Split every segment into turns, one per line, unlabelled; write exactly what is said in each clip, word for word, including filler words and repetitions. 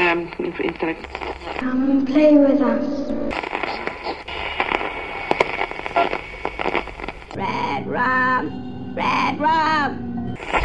um, intellect.
Come and play with us.
Red rum, red rum.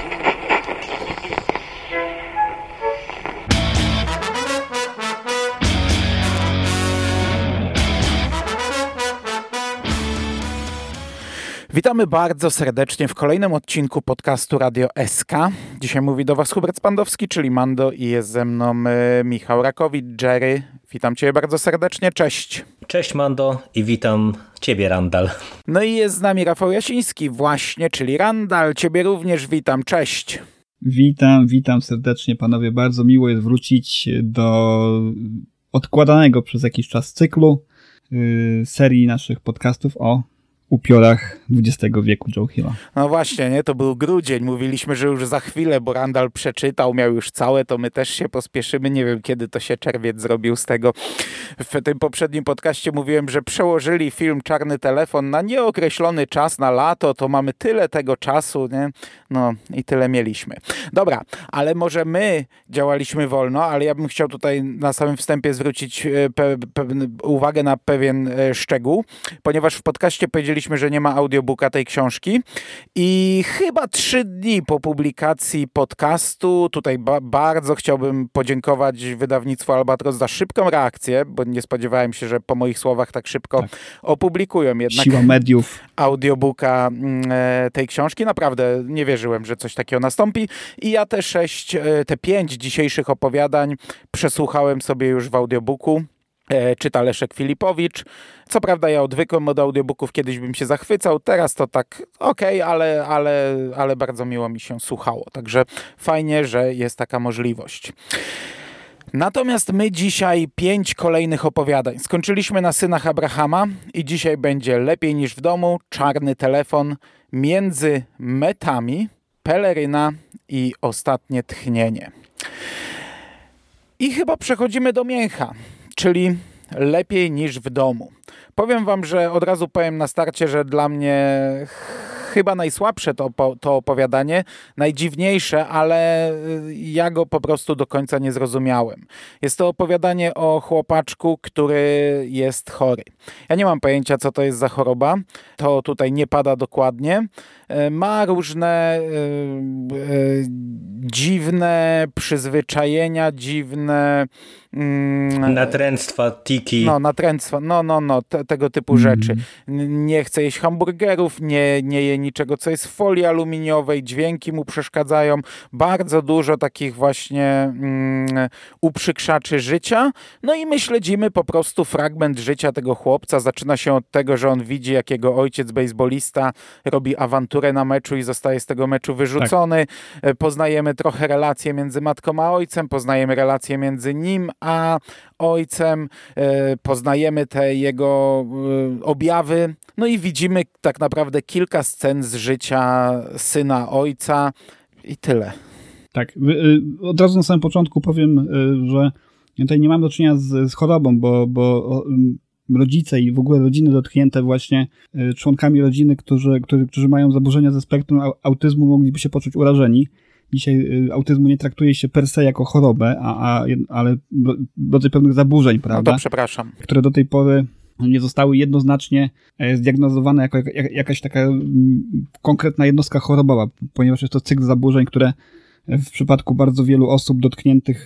Witamy bardzo serdecznie w kolejnym odcinku podcastu Radio S K. Dzisiaj mówi do Was Hubert Spandowski, czyli Mando, i jest ze mną y, Michał Rakowicz, Jerry. Witam Cię bardzo serdecznie, cześć.
Cześć Mando i witam Ciebie, Randall.
No i jest z nami Rafał Jasiński właśnie, czyli Randall. Ciebie również witam, cześć.
Witam, witam serdecznie panowie. Bardzo miło jest wrócić do odkładanego przez jakiś czas cyklu yy, serii naszych podcastów o upiorach dwudziestego wieku Joe Hilla.
No właśnie, nie? To był grudzień. Mówiliśmy, że już za chwilę, bo Randall przeczytał, miał już całe, to my też się pospieszymy. Nie wiem, kiedy to się czerwiec zrobił z tego. W tym poprzednim podcaście mówiłem, że przełożyli film Czarny telefon na nieokreślony czas, na lato. To mamy tyle tego czasu, nie? No i tyle mieliśmy. Dobra, ale może my działaliśmy wolno, ale ja bym chciał tutaj na samym wstępie zwrócić pe- pe- uwagę na pewien szczegół, ponieważ w podcaście powiedzieliśmy, że nie ma audiobooka tej książki i chyba trzy dni po publikacji podcastu, tutaj ba- bardzo chciałbym podziękować wydawnictwu Albatros za szybką reakcję, bo nie spodziewałem się, że po moich słowach tak szybko tak opublikują jednak
siła mediów
audiobooka e, tej książki. Naprawdę nie wierzyłem, że coś takiego nastąpi i ja te sześć, e, te pięć dzisiejszych opowiadań przesłuchałem sobie już w audiobooku. Czyta Leszek Filipowicz. Co prawda ja odwykłem od audiobooków, kiedyś bym się zachwycał, teraz to tak okej, okay, ale, ale, ale bardzo miło mi się słuchało. Także fajnie, że jest taka możliwość. Natomiast my dzisiaj pięć kolejnych opowiadań. Skończyliśmy na Synach Abrahama i dzisiaj będzie Lepiej niż w domu, Czarny telefon, Między metami, Peleryna i Ostatnie tchnienie. I chyba przechodzimy do mięcha, czyli Lepiej niż w domu. Powiem wam, że od razu powiem na starcie, że dla mnie chyba najsłabsze to, to opowiadanie, najdziwniejsze, ale ja go po prostu do końca nie zrozumiałem. Jest to opowiadanie o chłopaczku, który jest chory. Ja nie mam pojęcia, co to jest za choroba. To tutaj nie pada dokładnie. Ma różne yy, yy, dziwne przyzwyczajenia, dziwne
Mm, natręctwa, tiki.
No, natręctwa, no, no, no, te, tego typu mm. rzeczy. Nie chce jeść hamburgerów, nie, nie je niczego, co jest w folii aluminiowej, dźwięki mu przeszkadzają. Bardzo dużo takich właśnie mm, uprzykrzaczy życia. No i my śledzimy po prostu fragment życia tego chłopca. Zaczyna się od tego, że on widzi, jak jego ojciec, bejsbolista, robi awanturę na meczu i zostaje z tego meczu wyrzucony. Tak. Poznajemy trochę relacje między matką a ojcem, poznajemy relacje między nim a ojcem, e, poznajemy te jego e, objawy, no i widzimy tak naprawdę kilka scen z życia syna ojca i tyle.
Tak, od razu na samym początku powiem, że tutaj nie mam do czynienia z, z chorobą, bo, bo rodzice i w ogóle rodziny dotknięte właśnie członkami rodziny, którzy, którzy, którzy mają zaburzenia ze spektrum autyzmu, mogliby się poczuć urażeni. Dzisiaj autyzmu nie traktuje się per se jako chorobę, a, a, ale w rodzaju pewnych zaburzeń, prawda?
No to przepraszam.
Które do tej pory nie zostały jednoznacznie zdiagnozowane jako jak, jakaś taka konkretna jednostka chorobowa, ponieważ jest to cykl zaburzeń, które w przypadku bardzo wielu osób dotkniętych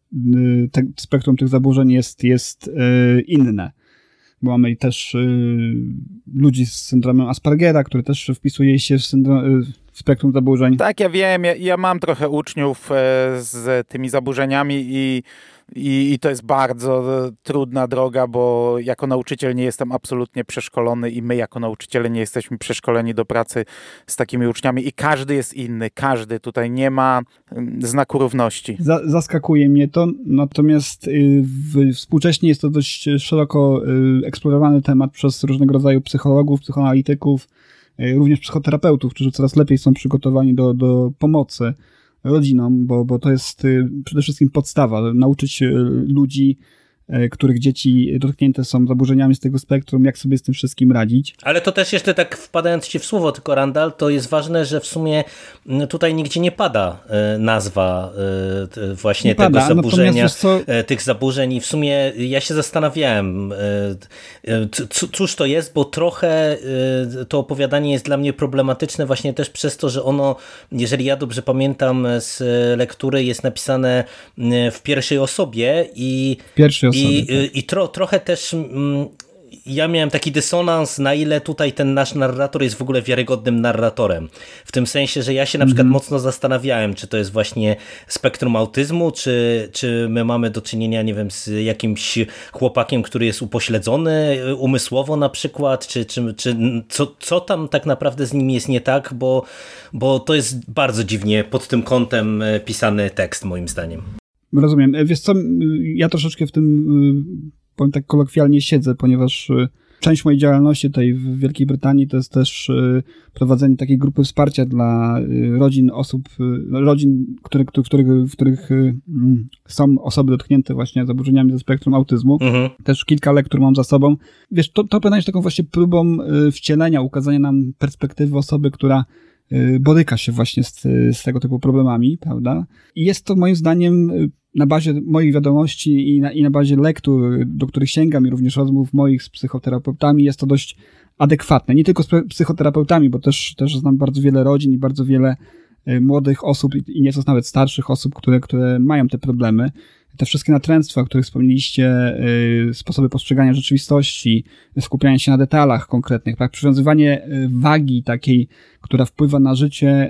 te, spektrum tych zaburzeń jest, jest inne. Bo mamy też y, ludzi z syndromem Aspergera, który też wpisuje się w, syndrom, y, w spektrum zaburzeń.
Tak, ja wiem, ja, ja mam trochę uczniów e, z tymi zaburzeniami i, i, i to jest bardzo e, trudna droga, bo jako nauczyciel nie jestem absolutnie przeszkolony i my jako nauczyciele nie jesteśmy przeszkoleni do pracy z takimi uczniami i każdy jest inny, każdy, tutaj nie ma y, znaku równości.
Za, zaskakuje mnie to, natomiast y, w, współcześnie jest to dość szeroko y, eksplorowany temat przez różnego rodzaju psychologów, psychoanalityków, y, również psychoterapeutów, którzy coraz lepiej są przygotowani do, do pomocy rodzinom, bo, bo to jest y, przede wszystkim podstawa, nauczyć y, ludzi których dzieci dotknięte są zaburzeniami z tego spektrum, jak sobie z tym wszystkim radzić.
Ale to też jeszcze tak wpadając ci w słowo, tylko Randall, to jest ważne, że w sumie tutaj nigdzie nie pada nazwa właśnie nie tego pada, zaburzenia, co... tych zaburzeń i w sumie ja się zastanawiałem, cóż to jest, bo trochę to opowiadanie jest dla mnie problematyczne właśnie też przez to, że ono, jeżeli ja dobrze pamiętam z lektury, jest napisane w pierwszej osobie i
w pierwszej osobie,
i,
tak.
i tro, trochę też mm, ja miałem taki dysonans, na ile tutaj ten nasz narrator jest w ogóle wiarygodnym narratorem. W tym sensie, że ja się na mm-hmm. przykład mocno zastanawiałem, czy to jest właśnie spektrum autyzmu, czy, czy my mamy do czynienia, nie wiem, z jakimś chłopakiem, który jest upośledzony umysłowo na przykład, czy, czy, czy co, co tam tak naprawdę z nim jest nie tak, bo, bo to jest bardzo dziwnie pod tym kątem pisany tekst, moim zdaniem.
Rozumiem. Wiesz co, ja troszeczkę w tym, powiem tak kolokwialnie, siedzę, ponieważ część mojej działalności tutaj w Wielkiej Brytanii to jest też prowadzenie takiej grupy wsparcia dla rodzin osób, rodzin, które, które, w których są osoby dotknięte właśnie zaburzeniami ze spektrum autyzmu. Mhm. Też kilka lektur mam za sobą. Wiesz, to, to pytanie jest taką właśnie próbą wcielenia, ukazania nam perspektywy osoby, która boryka się właśnie z, z tego typu problemami, prawda? I jest to moim zdaniem na bazie moich wiadomości i na, i na bazie lektur, do których sięgam i również rozmów moich z psychoterapeutami, jest to dość adekwatne. Nie tylko z psychoterapeutami, bo też, też znam bardzo wiele rodzin i bardzo wiele młodych osób i nieco nawet starszych osób, które, które mają te problemy. Te wszystkie natręctwa, o których wspomnieliście, sposoby postrzegania rzeczywistości, skupianie się na detalach konkretnych, tak? Przywiązywanie wagi takiej, która wpływa na życie,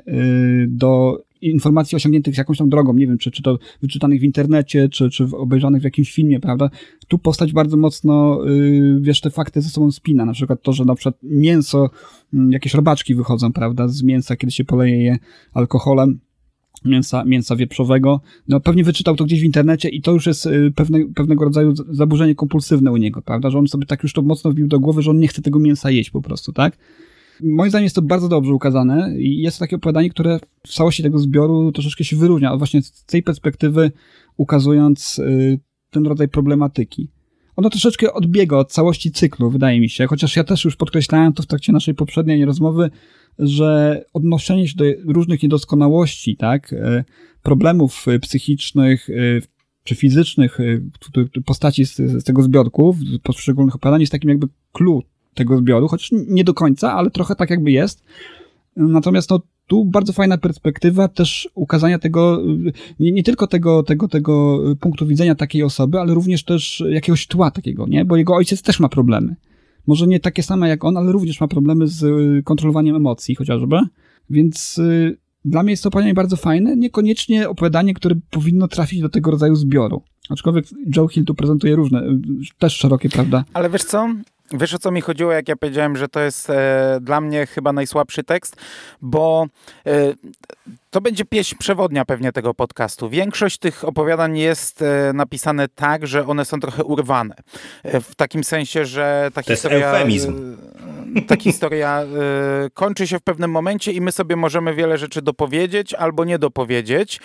do informacji osiągniętych jakąś tą drogą, nie wiem, czy, czy to wyczytanych w internecie, czy, czy obejrzanych w jakimś filmie, prawda? Tu postać bardzo mocno, wiesz, te fakty ze sobą spina, na przykład to, że na przykład mięso, jakieś robaczki wychodzą, prawda, z mięsa, kiedy się poleje je alkoholem, mięsa, mięsa wieprzowego, no pewnie wyczytał to gdzieś w internecie i to już jest pewne, pewnego rodzaju zaburzenie kompulsywne u niego, prawda, że on sobie tak już to mocno wbił do głowy, że on nie chce tego mięsa jeść po prostu, tak? Moim zdaniem jest to bardzo dobrze ukazane i jest to takie opowiadanie, które w całości tego zbioru troszeczkę się wyróżnia, a właśnie z tej perspektywy ukazując y, ten rodzaj problematyki. Ono troszeczkę odbiega od całości cyklu, wydaje mi się, chociaż ja też już podkreślałem to w trakcie naszej poprzedniej rozmowy, że odnoszenie się do różnych niedoskonałości, tak, y, problemów psychicznych y, czy fizycznych y, postaci z, z tego zbiorku, z poszczególnych opowiadań jest takim jakby clue tego zbioru, chociaż nie do końca, ale trochę tak jakby jest. Natomiast no, tu bardzo fajna perspektywa też ukazania tego, nie, nie tylko tego, tego, tego punktu widzenia takiej osoby, ale również też jakiegoś tła takiego, nie? Bo jego ojciec też ma problemy. Może nie takie same jak on, ale również ma problemy z kontrolowaniem emocji chociażby. Więc y, dla mnie jest to opowiadanie bardzo fajne, niekoniecznie opowiadanie, które powinno trafić do tego rodzaju zbioru. Aczkolwiek Joe Hill tu prezentuje różne, też szerokie, prawda?
Ale wiesz co? Wiesz, o co mi chodziło, jak ja powiedziałem, że to jest e, dla mnie chyba najsłabszy tekst, bo e, to będzie pieśń przewodnia pewnie tego podcastu. Większość tych opowiadań jest e, napisane tak, że one są trochę urwane. E, w takim sensie, że ta
to
historia...
jest eufemizm.
E, ta historia e, kończy się w pewnym momencie i my sobie możemy wiele rzeczy dopowiedzieć albo nie dopowiedzieć.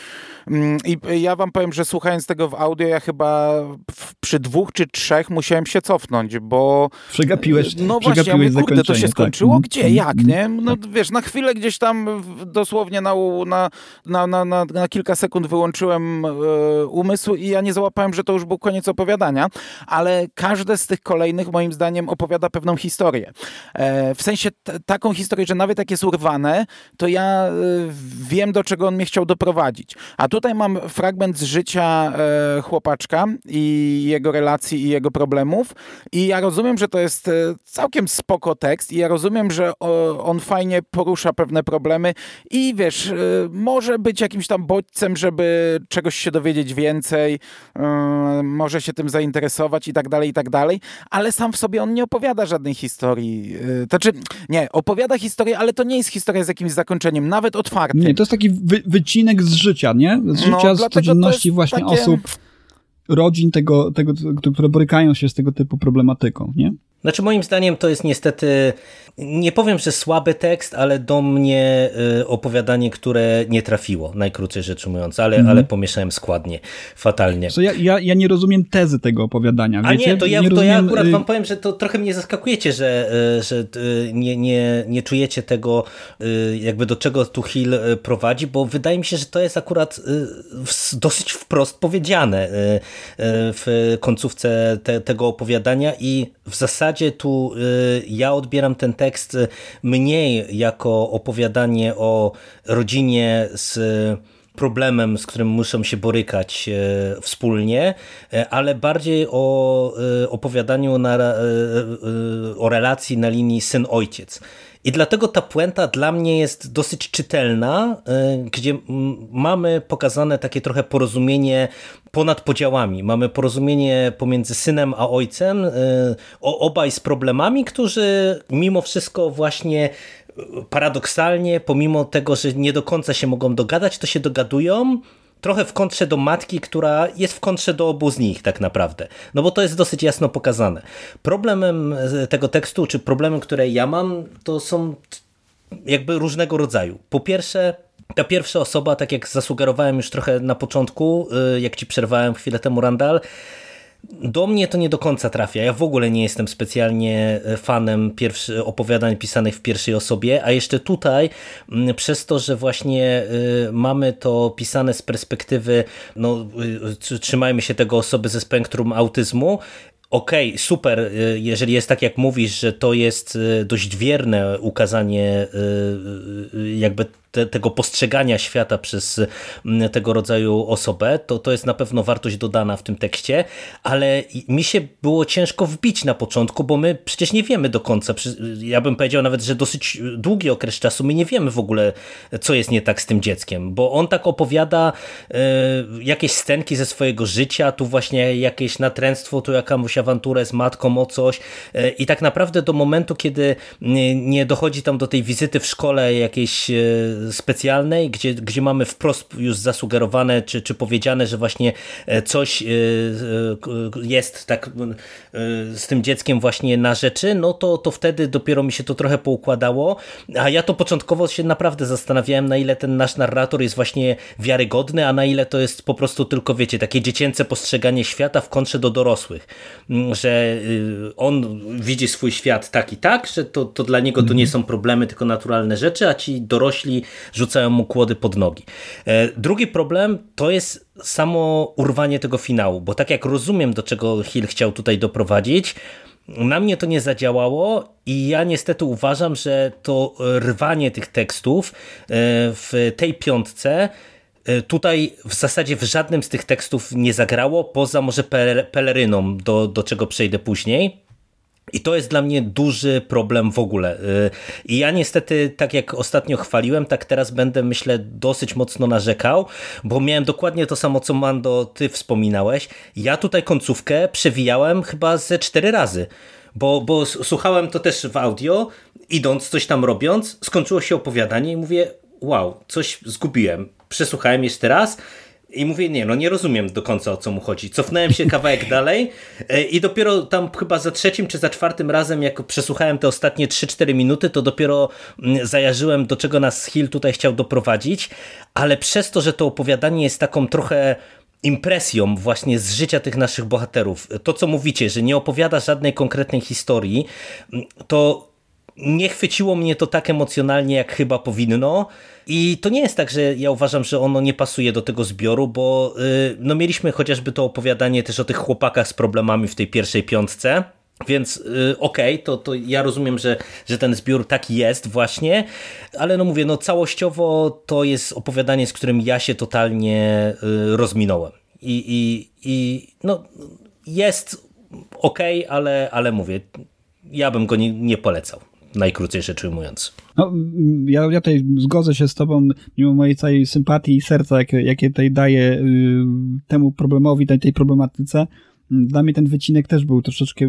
I ja wam powiem, że słuchając tego w audio, ja chyba w, przy dwóch czy trzech musiałem się cofnąć, bo...
Przegapiłeś
No właśnie, ja mówię, kurde, to się skończyło? Tak. Gdzie? Jak? Nie? No wiesz, na chwilę gdzieś tam dosłownie na, na, na, na, na, na kilka sekund wyłączyłem e, umysł i ja nie załapałem, że to już był koniec opowiadania, ale każde z tych kolejnych moim zdaniem opowiada pewną historię. E, w sensie t- taką historię, że nawet jak jest urwane, to ja e, wiem, do czego on mnie chciał doprowadzić. A tutaj mam fragment z życia e, chłopaczka i jego relacji i jego problemów i ja rozumiem, że to jest całkiem spoko tekst i ja rozumiem, że on fajnie porusza pewne problemy i wiesz, może być jakimś tam bodźcem, żeby czegoś się dowiedzieć więcej, może się tym zainteresować i tak dalej, i tak dalej, ale sam w sobie on nie opowiada żadnej historii. To znaczy, nie, opowiada historię, ale to nie jest historia z jakimś zakończeniem, nawet otwartym.
Nie, to jest taki wy- wycinek z życia, nie? Z życia, no, z codzienności właśnie takie... osób, rodzin, tego, tego, które borykają się z tego typu problematyką, nie?
Znaczy moim zdaniem to jest niestety, nie powiem, że słaby tekst, ale do mnie y, opowiadanie, które nie trafiło, najkrócej rzecz ujmując, ale, mm. ale pomieszałem składnie, fatalnie.
So ja, ja, ja nie rozumiem tezy tego opowiadania,
A
wiecie?
nie, to ja,
nie
to
rozumiem...
ja akurat wam powiem, że to trochę mnie zaskakujecie, że, że nie, nie, nie czujecie tego, jakby do czego tu Hill prowadzi, bo wydaje mi się, że to jest akurat dosyć wprost powiedziane w końcówce te, tego opowiadania i w zasadzie tu ja odbieram ten tekst mniej jako opowiadanie o rodzinie z problemem, z którym muszą się borykać e, wspólnie, e, ale bardziej o e, opowiadaniu na, e, e, o relacji na linii syn-ojciec. I dlatego ta puenta dla mnie jest dosyć czytelna, e, gdzie m, mamy pokazane takie trochę porozumienie ponad podziałami. Mamy porozumienie pomiędzy synem a ojcem, e, o, obaj z problemami, którzy mimo wszystko właśnie paradoksalnie, pomimo tego, że nie do końca się mogą dogadać, to się dogadują, trochę w kontrze do matki, która jest w kontrze do obu z nich tak naprawdę. No bo to jest dosyć jasno pokazane. Problemem tego tekstu, czy problemem, które ja mam, to są jakby różnego rodzaju. Po pierwsze, ta pierwsza osoba, tak jak zasugerowałem już trochę na początku, jak ci przerwałem chwilę temu, Randall, do mnie to nie do końca trafia. Ja w ogóle nie jestem specjalnie fanem pierwszy, opowiadań pisanych w pierwszej osobie, a jeszcze tutaj przez to, że właśnie y, mamy to pisane z perspektywy, no y, trzymajmy się tego, osoby ze spektrum autyzmu. Okej, okay, super, jeżeli jest tak jak mówisz, że to jest dość wierne ukazanie jakby te, tego postrzegania świata przez tego rodzaju osobę, to, to jest na pewno wartość dodana w tym tekście, ale mi się było ciężko wbić na początku, bo my przecież nie wiemy do końca, ja bym powiedział nawet, że dosyć długi okres czasu, my nie wiemy w ogóle, co jest nie tak z tym dzieckiem, bo on tak opowiada jakieś scenki ze swojego życia, tu właśnie jakieś natręctwo, tu jakąś awanturę z matką o coś i tak naprawdę do momentu, kiedy nie dochodzi tam do tej wizyty w szkole jakiejś specjalnej, gdzie, gdzie mamy wprost już zasugerowane, czy, czy powiedziane, że właśnie coś jest tak z tym dzieckiem właśnie na rzeczy, no to, to wtedy dopiero mi się to trochę poukładało, a ja to początkowo się naprawdę zastanawiałem, na ile ten nasz narrator jest właśnie wiarygodny, a na ile to jest po prostu tylko, wiecie, takie dziecięce postrzeganie świata w kontrze do dorosłych, że on widzi swój świat tak i tak, że to, to dla niego to nie są problemy, tylko naturalne rzeczy, a ci dorośli rzucają mu kłody pod nogi. Drugi problem to jest samo urwanie tego finału, bo tak jak rozumiem, do czego Hill chciał tutaj doprowadzić, na mnie to nie zadziałało i ja niestety uważam, że to rwanie tych tekstów w tej piątce tutaj w zasadzie w żadnym z tych tekstów nie zagrało, poza może Peleryną, do, do czego przejdę później. I to jest dla mnie duży problem w ogóle. I ja niestety, tak jak ostatnio chwaliłem, tak teraz będę, myślę, dosyć mocno narzekał, bo miałem dokładnie to samo, co Mando, ty wspominałeś. Ja tutaj końcówkę przewijałem chyba ze cztery razy. Bo, bo słuchałem to też w audio, idąc, coś tam robiąc, skończyło się opowiadanie i mówię, wow, coś zgubiłem. Przesłuchałem jeszcze raz i mówię, nie, no nie rozumiem do końca, o co mu chodzi. Cofnąłem się kawałek dalej i dopiero tam chyba za trzecim czy za czwartym razem, jak przesłuchałem te ostatnie trzy cztery minuty, to dopiero zajarzyłem, do czego nas Hill tutaj chciał doprowadzić, ale przez to, że to opowiadanie jest taką trochę impresją właśnie z życia tych naszych bohaterów, to co mówicie, że nie opowiada żadnej konkretnej historii, to nie chwyciło mnie to tak emocjonalnie, jak chyba powinno. I to nie jest tak, że ja uważam, że ono nie pasuje do tego zbioru, bo yy, no mieliśmy chociażby to opowiadanie też o tych chłopakach z problemami w tej pierwszej piątce. Więc yy, okej, okay, to, to ja rozumiem, że, że ten zbiór taki jest właśnie, ale no mówię, no całościowo to jest opowiadanie, z którym ja się totalnie yy, rozminąłem. I, i, i no jest okej, okay, ale, ale mówię, ja bym go nie, nie polecał. Najkrócej rzecz ujmując.
No, ja, ja tutaj zgodzę się z tobą, mimo mojej całej sympatii i serca, jakie, jakie tutaj daję y, temu problemowi, tej, tej problematyce. Dla mnie ten wycinek też był troszeczkę,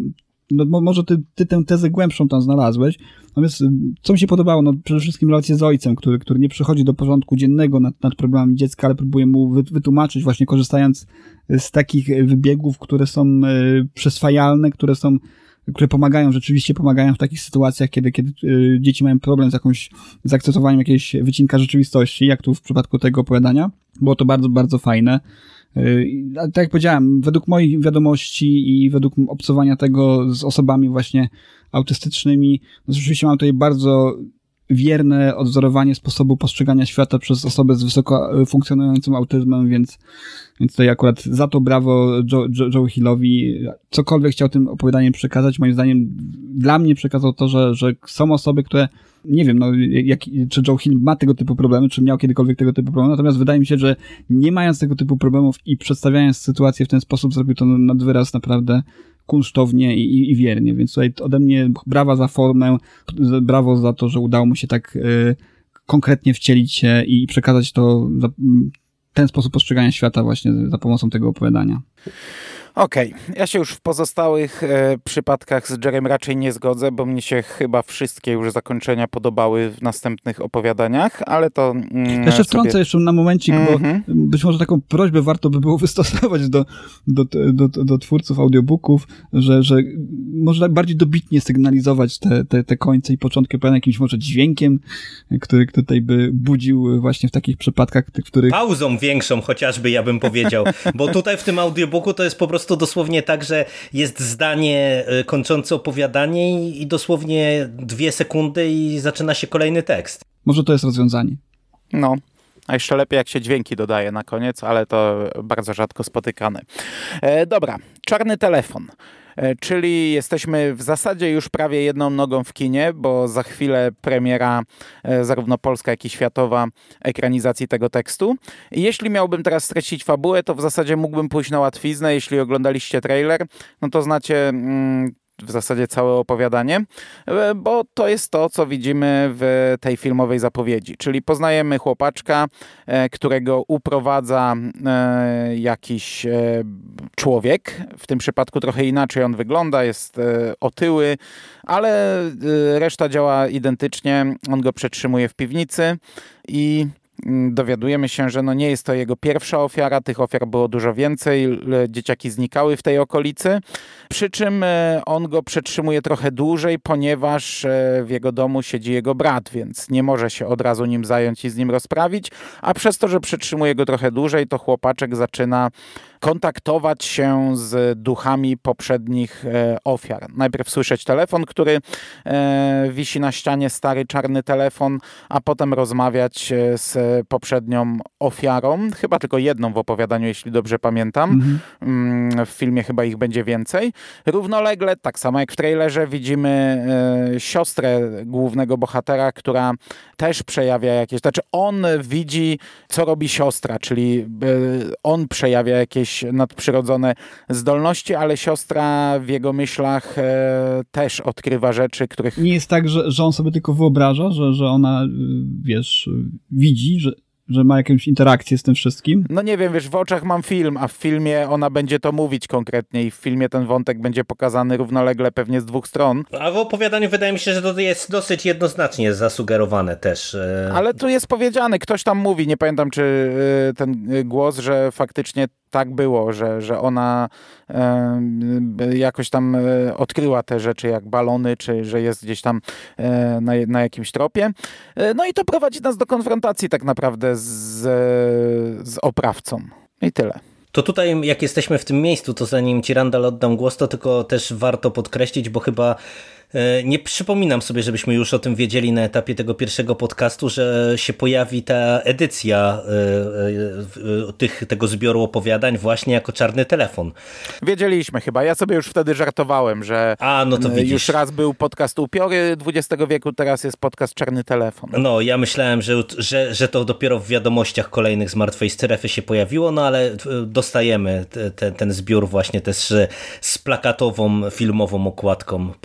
no może ty, ty tę tezę głębszą tam znalazłeś, natomiast co mi się podobało, no przede wszystkim relacje z ojcem, który, który nie przychodzi do porządku dziennego nad, nad problemami dziecka, ale próbuje mu wy, wytłumaczyć właśnie korzystając z takich wybiegów, które są y, przyswajalne, które są które pomagają, rzeczywiście pomagają w takich sytuacjach, kiedy, kiedy y, dzieci mają problem z jakąś, z akcesowaniem jakiegoś wycinka rzeczywistości, jak tu w przypadku tego opowiadania. Było to bardzo, bardzo fajne. Y, tak jak powiedziałem, według moich wiadomości i według obcowania tego z osobami właśnie autystycznymi, no rzeczywiście mam tutaj bardzo wierne odwzorowanie sposobu postrzegania świata przez osobę z wysoko funkcjonującym autyzmem, więc, więc tutaj akurat za to brawo Joe, Joe, Joe Hillowi. Cokolwiek chciał tym opowiadaniem przekazać, moim zdaniem dla mnie przekazał to, że, że są osoby, które nie wiem, no, jak, czy Joe Hill ma tego typu problemy, czy miał kiedykolwiek tego typu problemy, natomiast wydaje mi się, że nie mając tego typu problemów i przedstawiając sytuację w ten sposób, zrobił to nad wyraz naprawdę kunsztownie i, i, i wiernie, więc tutaj ode mnie brawa za formę, brawo za to, że udało mu się tak y, konkretnie wcielić się i przekazać to za, ten sposób postrzegania świata właśnie za pomocą tego opowiadania.
Okej, okay. Ja się już w pozostałych e, przypadkach z Jerem raczej nie zgodzę, bo mnie się chyba wszystkie już zakończenia podobały w następnych opowiadaniach, ale to... Mm,
jeszcze wtrącę sobie... jeszcze na momencik,
mm-hmm.
bo być może taką prośbę warto by było wystosować do, do, do, do, do twórców audiobooków, że, że można bardziej dobitnie sygnalizować te, te, te końce i początki opowiadania jakimś może dźwiękiem, który tutaj by budził właśnie w takich przypadkach, w których...
Pauzą większą chociażby, ja bym powiedział, bo tutaj w tym audiobooku to jest po prostu to dosłownie tak, że jest zdanie kończące opowiadanie i dosłownie dwie sekundy i zaczyna się kolejny tekst.
Może to jest rozwiązanie.
No, a jeszcze lepiej jak się dźwięki dodaje na koniec, ale to bardzo rzadko spotykane. E, dobra, Czarny telefon. Czyli jesteśmy w zasadzie już prawie jedną nogą w kinie, bo za chwilę premiera zarówno polska, jak i światowa ekranizacji tego tekstu. I jeśli miałbym teraz streścić fabułę, to w zasadzie mógłbym pójść na łatwiznę. Jeśli oglądaliście trailer, no to znacie... Mm, w zasadzie całe opowiadanie, bo to jest to, co widzimy w tej filmowej zapowiedzi. Czyli poznajemy chłopaczka, którego uprowadza jakiś człowiek. W tym przypadku trochę inaczej on wygląda, jest otyły, ale reszta działa identycznie. On go przetrzymuje w piwnicy i dowiadujemy się, że no nie jest to jego pierwsza ofiara, tych ofiar było dużo więcej, dzieciaki znikały w tej okolicy, przy czym on go przetrzymuje trochę dłużej, ponieważ w jego domu siedzi jego brat, więc nie może się od razu nim zająć i z nim rozprawić, a przez to, że przetrzymuje go trochę dłużej, to chłopaczek zaczyna kontaktować się z duchami poprzednich e, ofiar. Najpierw słyszeć telefon, który e, wisi na ścianie, stary czarny telefon, a potem rozmawiać z poprzednią ofiarą. Chyba tylko jedną w opowiadaniu, jeśli dobrze pamiętam. Mm-hmm. W filmie chyba ich będzie więcej. Równolegle, tak samo jak w trailerze, widzimy e, siostrę głównego bohatera, która też przejawia jakieś... Znaczy on widzi, co robi siostra, czyli e, on przejawia jakieś nadprzyrodzone zdolności, ale siostra w jego myślach e, też odkrywa rzeczy, których...
Nie jest tak, że, że on sobie tylko wyobraża, że, że ona, wiesz, widzi, że, że ma jakąś interakcję z tym wszystkim?
No nie wiem, wiesz, w oczach mam film, a w filmie ona będzie to mówić konkretnie i w filmie ten wątek będzie pokazany równolegle pewnie z dwóch stron.
A w opowiadaniu wydaje mi się, że to jest dosyć jednoznacznie zasugerowane też.
Ale tu jest powiedziane, ktoś tam mówi, nie pamiętam czy ten głos, że faktycznie tak było, że, że ona e, jakoś tam e, odkryła te rzeczy jak balony, czy że jest gdzieś tam e, na, na jakimś tropie. E, no i to prowadzi nas do konfrontacji tak naprawdę z, z oprawcą. I tyle.
To tutaj, jak jesteśmy w tym miejscu, to zanim ci, Randall, oddam głos, to tylko też warto podkreślić, bo chyba nie przypominam sobie, żebyśmy już o tym wiedzieli na etapie tego pierwszego podcastu, że się pojawi ta edycja tych, tego zbioru opowiadań właśnie jako Czarny telefon.
Wiedzieliśmy chyba. Ja sobie już wtedy żartowałem, że
A, no to widzisz.
Już raz był podcast Upiory dwudziestego wieku, teraz jest podcast Czarny telefon.
No, ja myślałem, że, że, że to dopiero w wiadomościach kolejnych z Martwej Strefy się pojawiło, no ale dostajemy te, ten zbiór właśnie też z plakatową, filmową okładką pod takim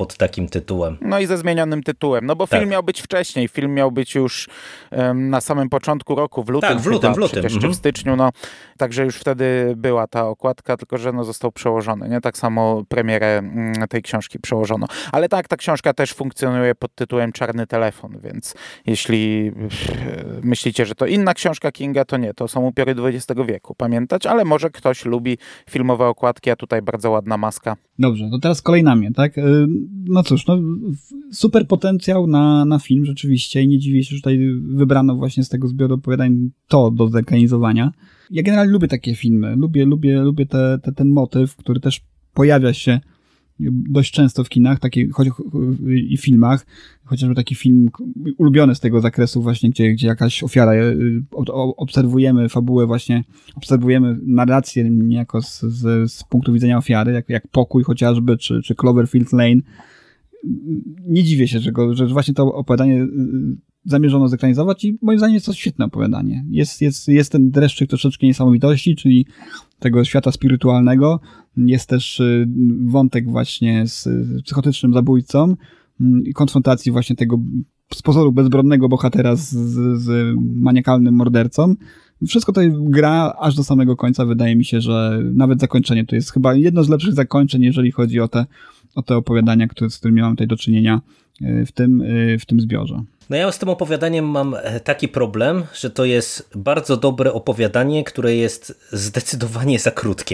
tytułem.
No i ze zmienionym tytułem, no bo
tak.
film miał być wcześniej, film miał być już um, na samym początku roku, w lutym.
Tak, w lutym,
chyba,
w lutym.
Przecież,
mhm.
czy w styczniu, no. Także już wtedy była ta okładka, tylko że no został przełożony, nie? Tak samo premierę mm, tej książki przełożono. Ale tak, ta książka też funkcjonuje pod tytułem Czarny telefon, więc jeśli myślicie, że to inna książka Kinga, to nie, to są upiory dwudziestego wieku, pamiętać, ale może ktoś lubi filmowe okładki, a tutaj bardzo ładna maska.
Dobrze, to teraz kolej na mnie, tak? No cóż, no, super potencjał na, na film rzeczywiście i nie dziwię się, że tutaj wybrano właśnie z tego zbioru opowiadań to do zekranizowania. Ja generalnie lubię takie filmy, lubię, lubię, lubię te, te, ten motyw, który też pojawia się dość często w kinach taki, choć, i filmach, chociażby taki film ulubiony z tego zakresu właśnie, gdzie, gdzie jakaś ofiara, obserwujemy fabułę właśnie, obserwujemy narrację niejako z, z, z punktu widzenia ofiary, jak, jak Pokój chociażby, czy, czy Cloverfield Lane. Nie dziwię się, że, go, że właśnie to opowiadanie zamierzono zekranizować i moim zdaniem jest to świetne opowiadanie. Jest, jest, jest ten dreszczyk troszeczkę niesamowitości, czyli tego świata spirytualnego. Jest też wątek właśnie z psychotycznym zabójcą i konfrontacji właśnie tego z pozoru bezbronnego bohatera z, z, z maniakalnym mordercą. Wszystko to gra aż do samego końca. Wydaje mi się, że nawet zakończenie to jest chyba jedno z lepszych zakończeń, jeżeli chodzi o te, o te opowiadania, które, z którymi mam tutaj do czynienia w tym, w tym zbiorze.
No ja z tym opowiadaniem mam taki problem, że to jest bardzo dobre opowiadanie, które jest zdecydowanie za krótkie.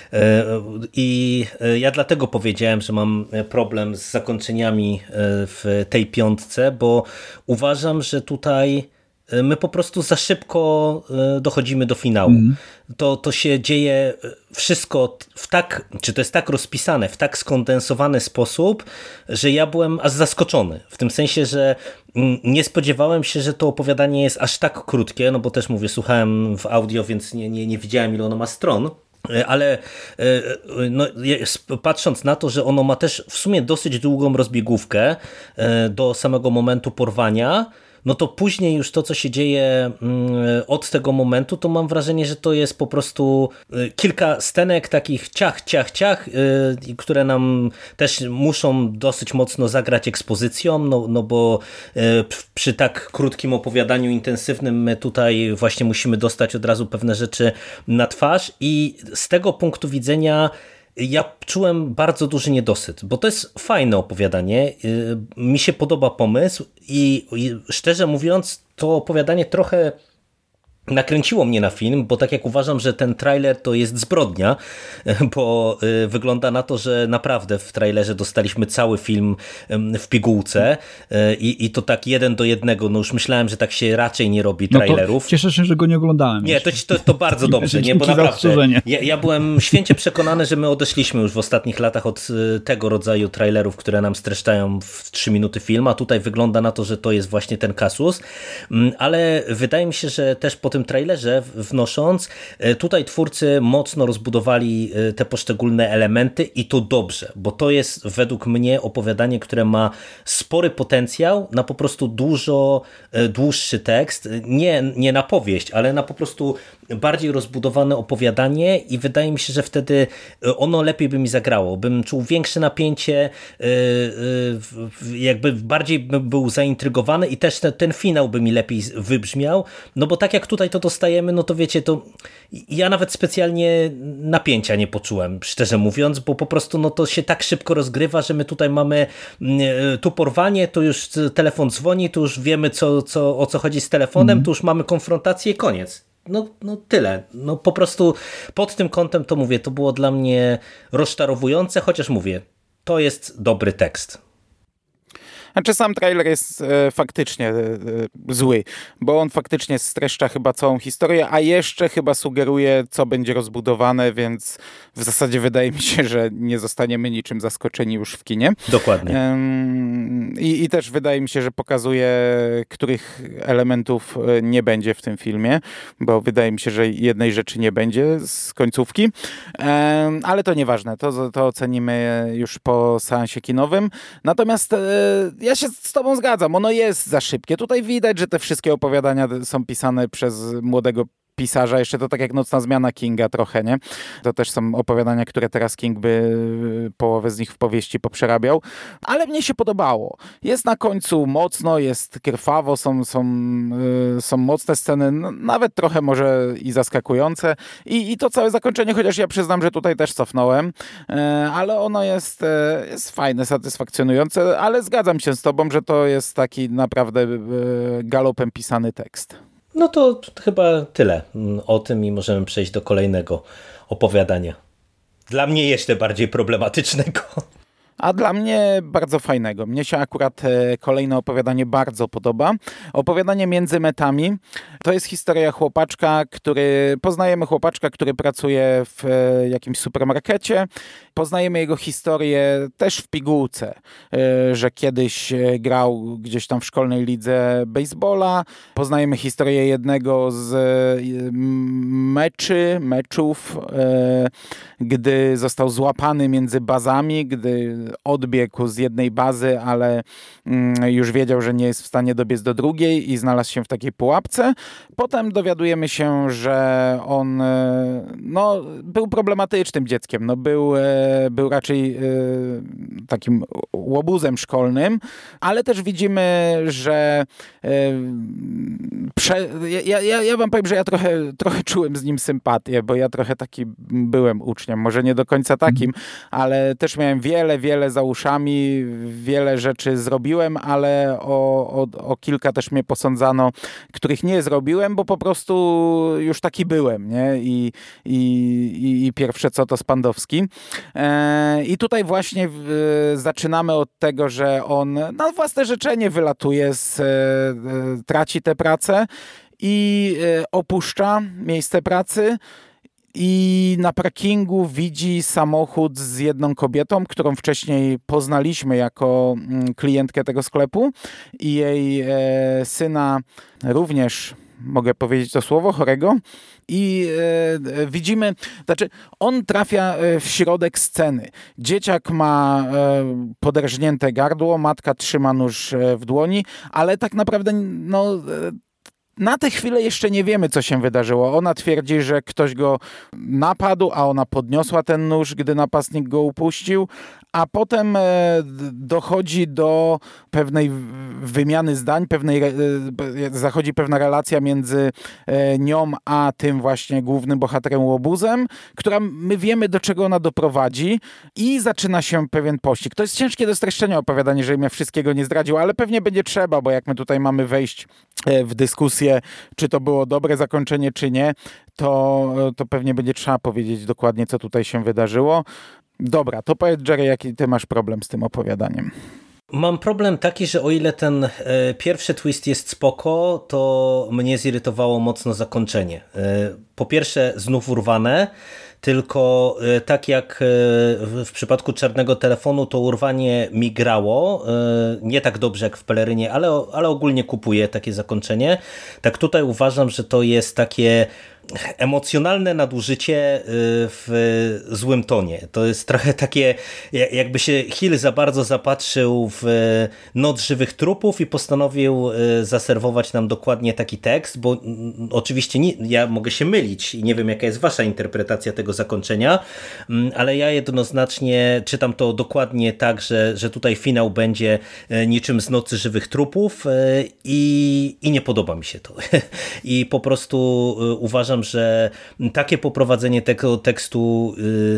I ja dlatego powiedziałem, że mam problem z zakończeniami w tej piątce, bo uważam, że tutaj my po prostu za szybko dochodzimy do finału. Mm. To, to się dzieje wszystko w tak, czy to jest tak rozpisane, w tak skondensowany sposób, że ja byłem aż zaskoczony. W tym sensie, że nie spodziewałem się, że to opowiadanie jest aż tak krótkie, no bo też mówię, słuchałem w audio, więc nie, nie, nie widziałem, ile ono ma stron. Ale no, patrząc na to, że ono ma też w sumie dosyć długą rozbiegówkę do samego momentu porwania, no to później już to, co się dzieje od tego momentu, to mam wrażenie, że to jest po prostu kilka scenek takich ciach, ciach, ciach, które nam też muszą dosyć mocno zagrać ekspozycją, no, no bo przy tak krótkim opowiadaniu intensywnym my tutaj właśnie musimy dostać od razu pewne rzeczy na twarz i z tego punktu widzenia ja czułem bardzo duży niedosyt, bo to jest fajne opowiadanie, mi się podoba pomysł i, i szczerze mówiąc to opowiadanie trochę nakręciło mnie na film, bo tak jak uważam, że ten trailer to jest zbrodnia, bo wygląda na to, że naprawdę w trailerze dostaliśmy cały film w pigułce i, i to tak jeden do jednego, no już myślałem, że tak się raczej nie robi trailerów.
No cieszę się, że go nie oglądałem.
Nie, to, to, to bardzo dobrze, nie, bo naprawdę ja, ja byłem święcie przekonany, że my odeszliśmy już w ostatnich latach od tego rodzaju trailerów, które nam streszczają w trzy minuty film, a tutaj wygląda na to, że to jest właśnie ten kasus, ale wydaje mi się, że też po tym trailerze wnosząc, tutaj twórcy mocno rozbudowali te poszczególne elementy i to dobrze, bo to jest według mnie opowiadanie, które ma spory potencjał na po prostu dużo dłuższy tekst, nie, nie na powieść, ale na po prostu bardziej rozbudowane opowiadanie i wydaje mi się, że wtedy ono lepiej by mi zagrało, bym czuł większe napięcie, jakby bardziej bym był zaintrygowany i też ten, ten finał by mi lepiej wybrzmiał, no bo tak jak tutaj to dostajemy, no to wiecie, to ja nawet specjalnie napięcia nie poczułem, szczerze mówiąc, bo po prostu no to się tak szybko rozgrywa, że my tutaj mamy tu porwanie, tu już telefon dzwoni, tu już wiemy co, co, o co chodzi z telefonem, mm. tu już mamy konfrontację i koniec. No, no tyle. No po prostu pod tym kątem to mówię, to było dla mnie rozczarowujące, chociaż mówię, to jest dobry tekst.
Znaczy sam trailer jest e, faktycznie e, zły, bo on faktycznie streszcza chyba całą historię, a jeszcze chyba sugeruje, co będzie rozbudowane, więc w zasadzie wydaje mi się, że nie zostaniemy niczym zaskoczeni już w kinie.
Dokładnie.
E, i, I też wydaje mi się, że pokazuje, których elementów nie będzie w tym filmie, bo wydaje mi się, że jednej rzeczy nie będzie z końcówki, e, ale to nieważne, to, to ocenimy już po seansie kinowym. Natomiast e, ja się z tobą zgadzam, ono jest za szybkie. Tutaj widać, że te wszystkie opowiadania są pisane przez młodego pisarza, jeszcze to tak jak Nocna Zmiana Kinga trochę, nie? To też są opowiadania, które teraz King by połowę z nich w powieści poprzerabiał, ale mnie się podobało. Jest na końcu mocno, jest krwawo, są, są, yy, są mocne sceny, no, nawet trochę może i zaskakujące i, i to całe zakończenie, chociaż ja przyznam, że tutaj też cofnąłem, yy, ale ono jest, yy, jest fajne, satysfakcjonujące, ale zgadzam się z tobą, że to jest taki naprawdę yy, galopem pisany tekst.
No to chyba tyle o tym i możemy przejść do kolejnego opowiadania. Dla mnie jeszcze bardziej problematycznego.
A dla mnie bardzo fajnego. Mnie się akurat kolejne opowiadanie bardzo podoba. Opowiadanie Między metami. To jest historia chłopaczka, który... Poznajemy chłopaczka, który pracuje w jakimś supermarkecie. Poznajemy jego historię też w pigułce, że kiedyś grał gdzieś tam w szkolnej lidze baseballa. Poznajemy historię jednego z meczy, meczów, gdy został złapany między bazami, gdy odbiegł z jednej bazy, ale już wiedział, że nie jest w stanie dobiec do drugiej i znalazł się w takiej pułapce. Potem dowiadujemy się, że on no, był problematycznym dzieckiem. No, był, był raczej takim łobuzem szkolnym, ale też widzimy, że prze... ja, ja, ja wam powiem, że ja trochę, trochę czułem z nim sympatię, bo ja trochę taki byłem uczniem. Może nie do końca takim, ale też miałem wiele, wiele za uszami, wiele rzeczy zrobiłem, ale o, o, o kilka też mnie posądzano, których nie zrobiłem, bo po prostu już taki byłem, nie? I, i, i pierwsze co to Spandowski. E, I tutaj właśnie w, zaczynamy od tego, że on na własne życzenie wylatuje, z, e, traci tę pracę i e, opuszcza miejsce pracy. I na parkingu widzi samochód z jedną kobietą, którą wcześniej poznaliśmy jako klientkę tego sklepu i jej e, syna również, mogę powiedzieć to słowo, chorego. I e, widzimy, znaczy on trafia w środek sceny. Dzieciak ma e, podrażnięte gardło, matka trzyma nóż w dłoni, ale tak naprawdę no... E, Na tę chwilę jeszcze nie wiemy, co się wydarzyło. Ona twierdzi, że ktoś go napadł, a ona podniosła ten nóż, gdy napastnik go upuścił, a potem e, dochodzi do pewnej wymiany zdań, pewnej, e, zachodzi pewna relacja między e, nią a tym właśnie głównym bohaterem łobuzem, która my wiemy, do czego ona doprowadzi i zaczyna się pewien pościg. To jest ciężkie do streszczenia opowiadanie, żebym ja wszystkiego nie zdradził, ale pewnie będzie trzeba, bo jak my tutaj mamy wejść w dyskusję, czy to było dobre zakończenie, czy nie, to, to pewnie będzie trzeba powiedzieć dokładnie, co tutaj się wydarzyło. Dobra, to powiedz, Jerry, jaki ty masz problem z tym opowiadaniem?
Mam problem taki, że o ile ten e, pierwszy twist jest spoko, to mnie zirytowało mocno zakończenie. E, po pierwsze znów urwane, tylko e, tak jak e, w, w przypadku Czarnego Telefonu to urwanie mi grało, e, nie tak dobrze jak w Pelerynie, ale, ale ogólnie kupuję takie zakończenie. Tak tutaj uważam, że to jest takie emocjonalne nadużycie w złym tonie. To jest trochę takie, jakby się Hill za bardzo zapatrzył w Noc żywych trupów i postanowił zaserwować nam dokładnie taki tekst, bo oczywiście nie, ja mogę się mylić i nie wiem, jaka jest wasza interpretacja tego zakończenia, ale ja jednoznacznie czytam to dokładnie tak, że, że tutaj finał będzie niczym z Nocy żywych trupów i, i nie podoba mi się to. I po prostu uważam, że takie poprowadzenie tego tekstu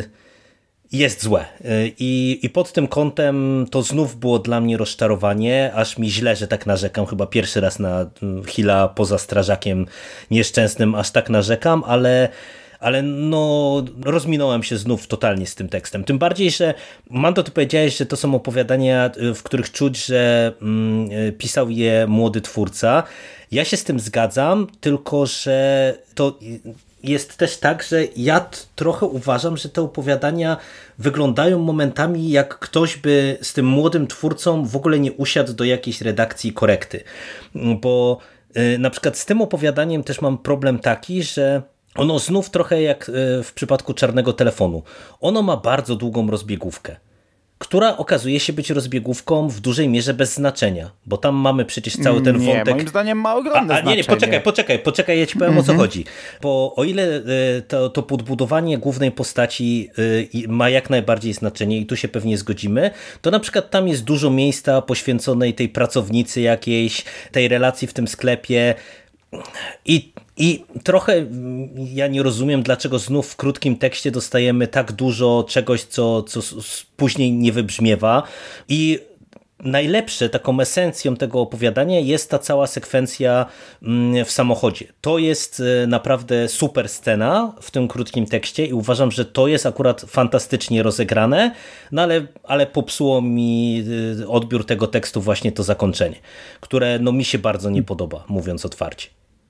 jest złe. I, I pod tym kątem to znów było dla mnie rozczarowanie, aż mi źle, że tak narzekam. Chyba pierwszy raz na Hilla poza Strażakiem Nieszczęsnym aż tak narzekam, ale ale no rozminąłem się znów totalnie z tym tekstem. Tym bardziej, że Mando, ty powiedziałeś, że to są opowiadania, w których czuć, że mm, pisał je młody twórca. Ja się z tym zgadzam, tylko że to jest też tak, że ja trochę uważam, że te opowiadania wyglądają momentami, jak ktoś by z tym młodym twórcą w ogóle nie usiadł do jakiejś redakcji i korekty. Bo y, na przykład z tym opowiadaniem też mam problem taki, że ono znów trochę jak w przypadku Czarnego Telefonu. Ono ma bardzo długą rozbiegówkę. która okazuje się być rozbiegówką w dużej mierze bez znaczenia, bo tam mamy przecież cały ten
nie,
wątek...
moim zdaniem ma ogromne
a, a, nie, nie,
znaczenie.
poczekaj, poczekaj, poczekaj, ja ci powiem, mm-hmm. o co chodzi. Bo o ile to, to podbudowanie głównej postaci ma jak najbardziej znaczenie i tu się pewnie zgodzimy, to na przykład tam jest dużo miejsca poświęconej tej pracownicy jakiejś, tej relacji w tym sklepie i I trochę ja nie rozumiem, dlaczego znów w krótkim tekście dostajemy tak dużo czegoś, co, co później nie wybrzmiewa. I najlepsze, taką esencją tego opowiadania jest ta cała sekwencja w samochodzie. To jest naprawdę super scena w tym krótkim tekście i uważam, że to jest akurat fantastycznie rozegrane, no ale, ale popsuło mi odbiór tego tekstu właśnie to zakończenie, które no mi się bardzo nie podoba, mówiąc otwarcie.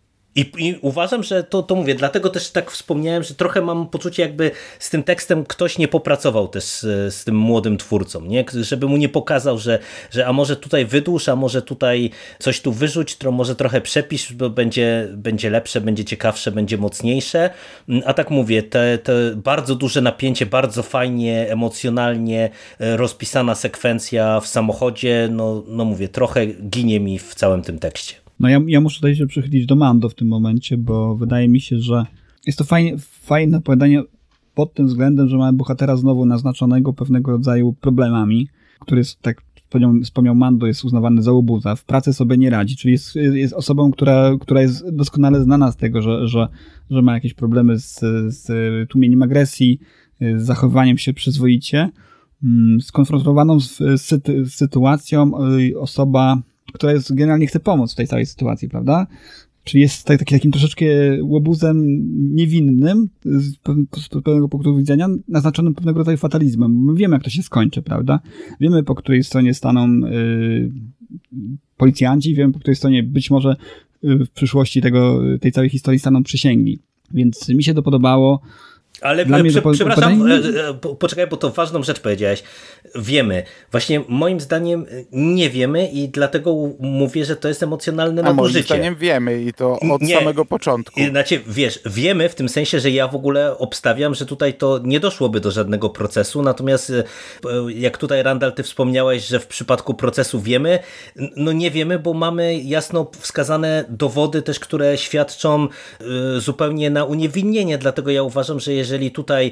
I, I uważam, że to, to mówię, dlatego też tak wspomniałem, że trochę mam poczucie, jakby z tym tekstem ktoś nie popracował też z, z tym młodym twórcą, nie? Żeby mu nie pokazał, że, że a może tutaj wydłuż, a może tutaj coś tu wyrzuć, to może trochę przepisz, bo będzie, będzie lepsze, będzie ciekawsze, będzie mocniejsze. A tak mówię, te, te bardzo duże napięcie, bardzo fajnie, emocjonalnie rozpisana sekwencja w samochodzie, no, no mówię, trochę ginie mi w całym tym tekście.
No ja, ja muszę tutaj się przychylić do Mando w tym momencie, bo wydaje mi się, że jest to fajne, fajne opowiadanie pod tym względem, że mamy bohatera znowu naznaczonego pewnego rodzaju problemami, który jest, tak wspomniał, wspomniał Mando, jest uznawany za łobuza, w pracy sobie nie radzi, czyli jest, jest osobą, która, która jest doskonale znana z tego, że, że, że ma jakieś problemy z, z tłumieniem agresji, z zachowywaniem się przyzwoicie. Skonfrontowaną z, z, z sytuacją osoba, która jest, generalnie chce pomóc w tej całej sytuacji, prawda? Czyli jest tak, taki, takim troszeczkę łobuzem niewinnym z, z pewnego punktu widzenia, naznaczonym pewnego rodzaju fatalizmem. My wiemy, jak to się skończy, prawda? Wiemy, po której stronie staną y, policjanci, wiemy, po której stronie być może y, w przyszłości tego, tej całej historii staną przysięgli. Więc mi się to podobało.
Ale
Dla mnie
prze,
to
przepraszam,
podanie...
poczekaj, bo to ważną rzecz powiedziałeś. Wiemy. Właśnie moim zdaniem nie wiemy i dlatego mówię, że to jest emocjonalne nadużycie.
A moim zdaniem wiemy i to od
nie,
samego początku.
Znaczy, wiesz, wiemy w tym sensie, że ja w ogóle obstawiam, że tutaj to nie doszłoby do żadnego procesu, natomiast jak tutaj Randall, ty wspomniałeś, że w przypadku procesu wiemy, no nie wiemy, bo mamy jasno wskazane dowody też, które świadczą zupełnie na uniewinnienie, dlatego ja uważam, że jeżeli Jeżeli tutaj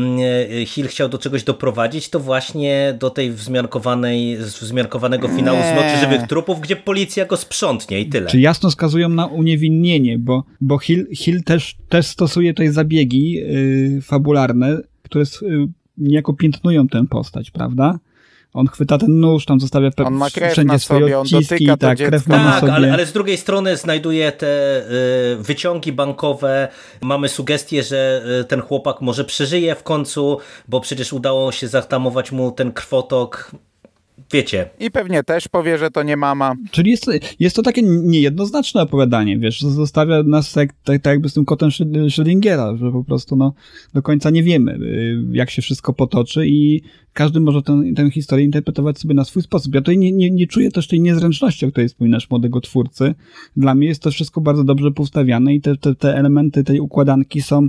Hill chciał do czegoś doprowadzić, to właśnie do tej wzmiankowanej, wzmiankowanego finału z Nocy Żywych Trupów, gdzie policja go sprzątnie i tyle.
Czy jasno wskazują na uniewinnienie, bo, bo Hill, Hill też, też stosuje tutaj zabiegi yy, fabularne, które yy, niejako piętnują tę postać, prawda? On chwyta ten nóż, tam zostawia pe-
on ma krew
wszędzie
na
swoje
sobie,
odciski,
on dotyka
tak,
to
krew ma
tak,
na sobie.
Ale, ale z drugiej strony znajduje te y, wyciągi bankowe, mamy sugestię, że y, ten chłopak może przeżyje w końcu, bo przecież udało się zatamować mu ten krwotok. Wiecie.
I pewnie też powie, że to nie mama.
Czyli jest, jest to takie niejednoznaczne opowiadanie, wiesz, zostawia nas tak, tak, tak jakby z tym kotem Schrödingera, że po prostu no, do końca nie wiemy, jak się wszystko potoczy i każdy może tę, tę historię interpretować sobie na swój sposób. Ja tutaj nie, nie, nie czuję też tej niezręczności, o której wspominasz, młodego twórcy. Dla mnie jest to wszystko bardzo dobrze poustawiane i te, te, te elementy tej układanki są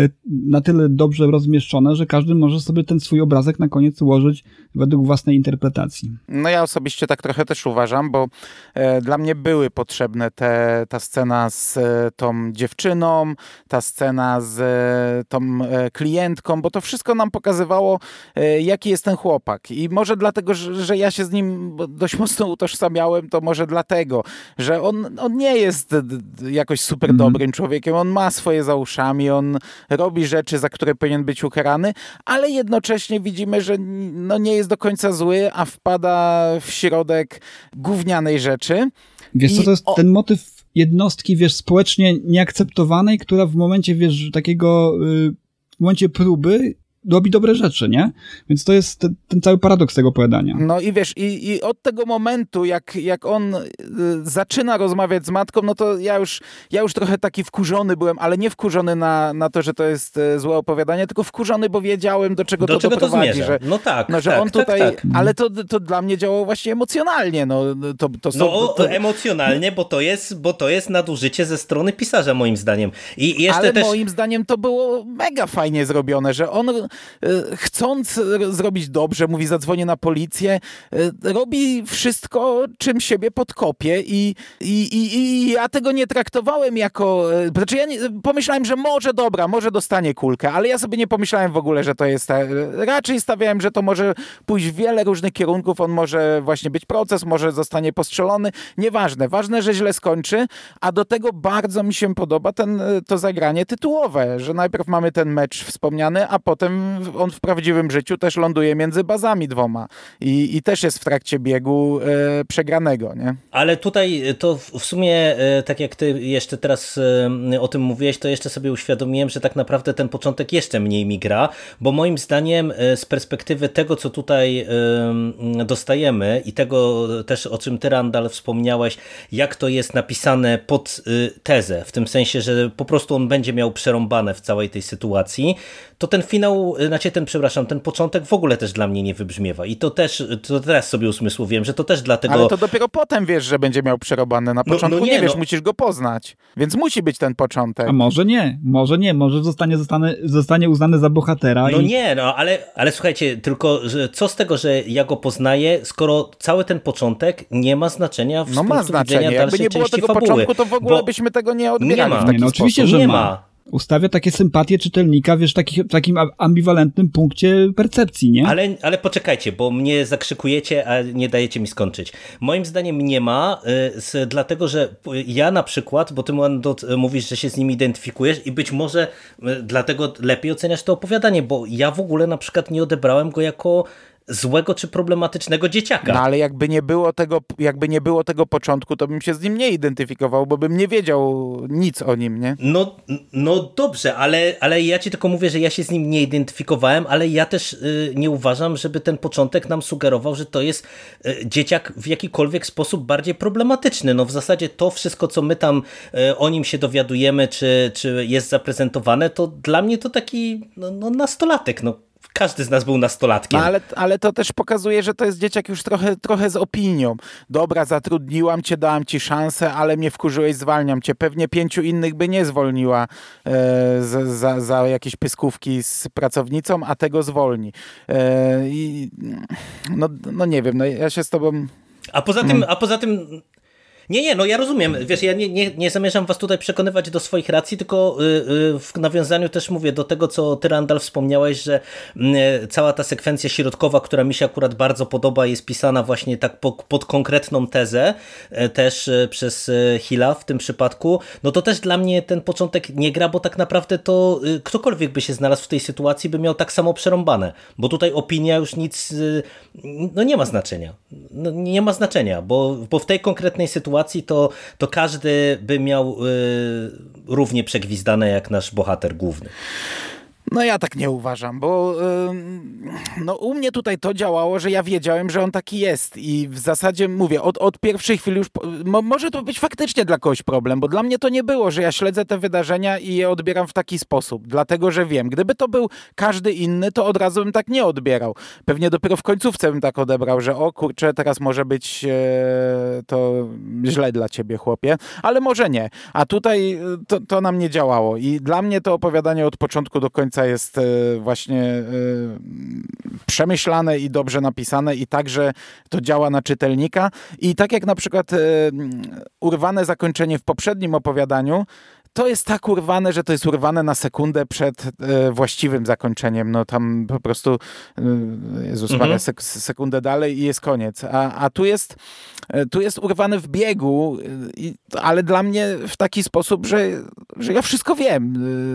na tyle dobrze rozmieszczone, że każdy może sobie ten swój obrazek na koniec ułożyć według własnej interpretacji.
No ja osobiście tak trochę też uważam, bo e, dla mnie były potrzebne te, ta scena z e, tą dziewczyną, ta scena z e, tą e, klientką, bo to wszystko nam pokazywało, e, jaki jest ten chłopak. I może dlatego, że, że ja się z nim dość mocno utożsamiałem, to może dlatego, że on, on nie jest jakoś super mm. dobrym człowiekiem, on ma swoje za uszami, on robi rzeczy, za które powinien być ukarany, ale jednocześnie widzimy, że no, nie jest do końca zły, a wpada w środek gównianej rzeczy.
Wiesz co,
I
to jest
o...
ten motyw jednostki, wiesz, społecznie nieakceptowanej, która w momencie, wiesz, takiego, yy, w momencie próby robi dobre rzeczy, nie? Więc to jest ten, ten cały paradoks tego opowiadania.
No i wiesz, i, i od tego momentu, jak, jak on y, zaczyna rozmawiać z matką, no to ja już, ja już trochę taki wkurzony byłem, ale nie wkurzony na, na to, że to jest y, złe opowiadanie, tylko wkurzony, bo wiedziałem, do czego
do
to
czego
doprowadzi.
To
że,
no tak,
no, że
tak,
on tutaj,
tak, tak.
ale to, to dla mnie działało właśnie emocjonalnie. No, to, to są,
no
to...
emocjonalnie, bo to, jest, bo to jest nadużycie ze strony pisarza, moim zdaniem. I jeszcze
ale
też...
moim zdaniem to było mega fajnie zrobione, że on, chcąc zrobić dobrze, mówi zadzwonię na policję, robi wszystko, czym siebie podkopie i, i, i, i ja tego nie traktowałem jako, znaczy ja nie, pomyślałem, że może dobra, może dostanie kulkę, ale ja sobie nie pomyślałem w ogóle, że to jest, raczej stawiałem, że to może pójść w wiele różnych kierunków, on może właśnie być proces, może zostanie postrzelony, nieważne, ważne, że źle skończy, a do tego bardzo mi się podoba ten, to zagranie tytułowe, że najpierw mamy ten mecz wspomniany, a potem on w prawdziwym życiu też ląduje między bazami dwoma i, i też jest w trakcie biegu e, przegranego, nie?
Ale tutaj to w sumie, e, tak jak ty jeszcze teraz e, o tym mówiłeś, to jeszcze sobie uświadomiłem, że tak naprawdę ten początek jeszcze mniej mi gra, bo moim zdaniem e, z perspektywy tego, co tutaj e, dostajemy i tego też, o czym ty, Randall, wspomniałeś, jak to jest napisane pod e, tezę, w tym sensie, że po prostu on będzie miał przerąbane w całej tej sytuacji, to ten finał, znaczy ten, przepraszam, ten początek w ogóle też dla mnie nie wybrzmiewa. I to też, to teraz sobie usmysłowiłem, że to też dlatego...
Ale to dopiero potem wiesz, że będzie miał przerobane. Na początku no, no nie, nie wiesz, no. Musisz go poznać. Więc musi być ten początek.
A może nie, może nie, może zostanie, zostanie, zostanie uznany za bohatera.
No
i...
nie, no ale, ale słuchajcie, tylko że co z tego, że ja go poznaję, skoro cały ten początek nie ma znaczenia w
No ma znaczenie, jakby nie było tego
fabuły,
początku, to w ogóle
bo...
byśmy tego nie odbierali
nie ma.
w taki
nie, no, oczywiście,
sposób.
że
nie
ma.
ma.
Ustawia takie sympatie czytelnika, wiesz, takich, w takim ambiwalentnym punkcie percepcji, nie?
Ale, ale poczekajcie, bo mnie zakrzykujecie, a nie dajecie mi skończyć. Moim zdaniem nie ma, y, z, dlatego że ja na przykład, bo ty Mandot, mówisz, że się z nim identyfikujesz i być może y, dlatego lepiej oceniasz to opowiadanie, bo ja w ogóle na przykład nie odebrałem go jako złego czy problematycznego dzieciaka.
No ale jakby nie było tego, jakby nie było tego początku, to bym się z nim nie identyfikował, bo bym nie wiedział nic o nim, nie?
No, no dobrze, ale, ale ja ci tylko mówię, że ja się z nim nie identyfikowałem, ale ja też y, nie uważam, żeby ten początek nam sugerował, że to jest y, dzieciak w jakikolwiek sposób bardziej problematyczny. No w zasadzie to wszystko, co my tam y, o nim się dowiadujemy, czy, czy jest zaprezentowane, to dla mnie to taki no, no, nastolatek, no. Każdy z nas był nastolatkiem.
No ale, ale to też pokazuje, że to jest dzieciak już trochę, trochę z opinią. Dobra, zatrudniłam cię, dałam ci szansę, ale mnie wkurzyłeś, zwalniam cię. Pewnie pięciu innych by nie zwolniła e, za, za, za jakieś pyskówki z pracownicą, a tego zwolni. E, i, no, no nie wiem, no ja się z tobą...
A poza tym... A poza tym... Nie, nie, no ja rozumiem, wiesz, ja nie, nie, nie zamierzam was tutaj przekonywać do swoich racji, tylko yy, w nawiązaniu też mówię do tego, co ty, Randall, wspomniałeś, że yy, cała ta sekwencja środkowa, która mi się akurat bardzo podoba, jest pisana właśnie tak po, pod konkretną tezę, yy, też yy, przez yy, Hilla w tym przypadku, no to też dla mnie ten początek nie gra, bo tak naprawdę to yy, ktokolwiek by się znalazł w tej sytuacji, by miał tak samo przerąbane, bo tutaj opinia już nic, yy, no nie ma znaczenia, no, nie ma znaczenia, bo, bo w tej konkretnej sytuacji To, to każdy by miał y, równie przegwizdane jak nasz bohater główny.
No ja tak nie uważam, bo yy, no u mnie tutaj to działało, że ja wiedziałem, że on taki jest i w zasadzie mówię, od, od pierwszej chwili już, mo, może to być faktycznie dla kogoś problem, bo dla mnie to nie było, że ja śledzę te wydarzenia i je odbieram w taki sposób, dlatego, że wiem, gdyby to był każdy inny, to od razu bym tak nie odbierał. Pewnie dopiero w końcówce bym tak odebrał, że o kurczę, teraz może być e, to źle dla ciebie, chłopie, ale może nie. A tutaj to, to nam nie działało i dla mnie to opowiadanie od początku do końca jest właśnie przemyślane i dobrze napisane i także to działa na czytelnika. I tak jak na przykład urwane zakończenie w poprzednim opowiadaniu, to jest tak urwane, że to jest urwane na sekundę przed e, właściwym zakończeniem. No tam po prostu e, Jezus Maria, mhm. sek- sekundę dalej i jest koniec. A, a tu jest e, tu jest urwane w biegu, i, ale dla mnie w taki sposób, że, że ja wszystko wiem.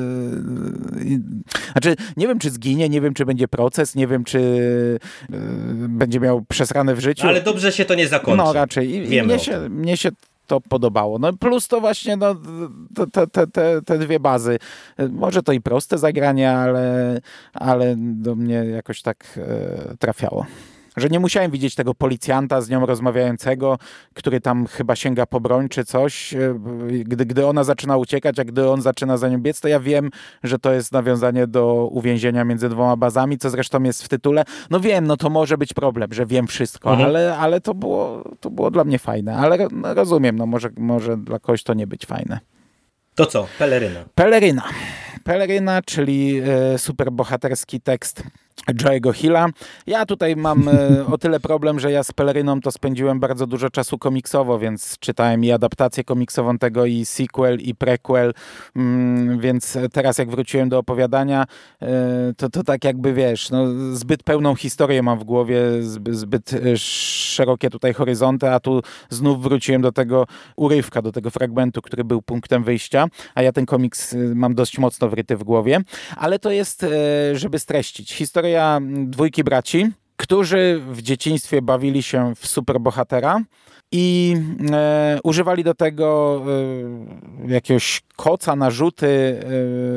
E, i, znaczy, nie wiem, czy zginie, nie wiem, czy będzie proces, nie wiem, czy e, będzie miał przesrane w życiu.
Ale dobrze się to nie zakończy.
No raczej. I, i mnie, się, mnie się to podobało. No plus to właśnie no, te, te, te, te dwie bazy. Może to i proste zagranie, ale, ale do mnie jakoś tak e, trafiało. Że nie musiałem widzieć tego policjanta z nią rozmawiającego, który tam chyba sięga po broń czy coś. Gdy, gdy ona zaczyna uciekać, a gdy on zaczyna za nią biec, to ja wiem, że to jest nawiązanie do uwięzienia między dwoma bazami, co zresztą jest w tytule. No wiem, no to może być problem, że wiem wszystko, mhm. ale, ale to, było, to było dla mnie fajne. Ale no, rozumiem, no może, może dla kogoś to nie być fajne.
To co? Peleryna.
Peleryna. Peleryna, czyli e, superbohaterski tekst Joe'ego Hilla. Ja tutaj mam e, o tyle problem, że ja z Peleryną to spędziłem bardzo dużo czasu komiksowo, więc czytałem i adaptację komiksową tego, i sequel, i prequel, mm, więc teraz jak wróciłem do opowiadania, e, to, to tak jakby wiesz, no, zbyt pełną historię mam w głowie, zbyt, zbyt szerokie tutaj horyzonty, a tu znów wróciłem do tego urywka, do tego fragmentu, który był punktem wyjścia, a ja ten komiks mam dość mocno wryty w głowie, ale to jest, żeby streścić, historia dwójki braci, którzy w dzieciństwie bawili się w superbohatera i e, używali do tego e, jakiegoś koca, narzuty e,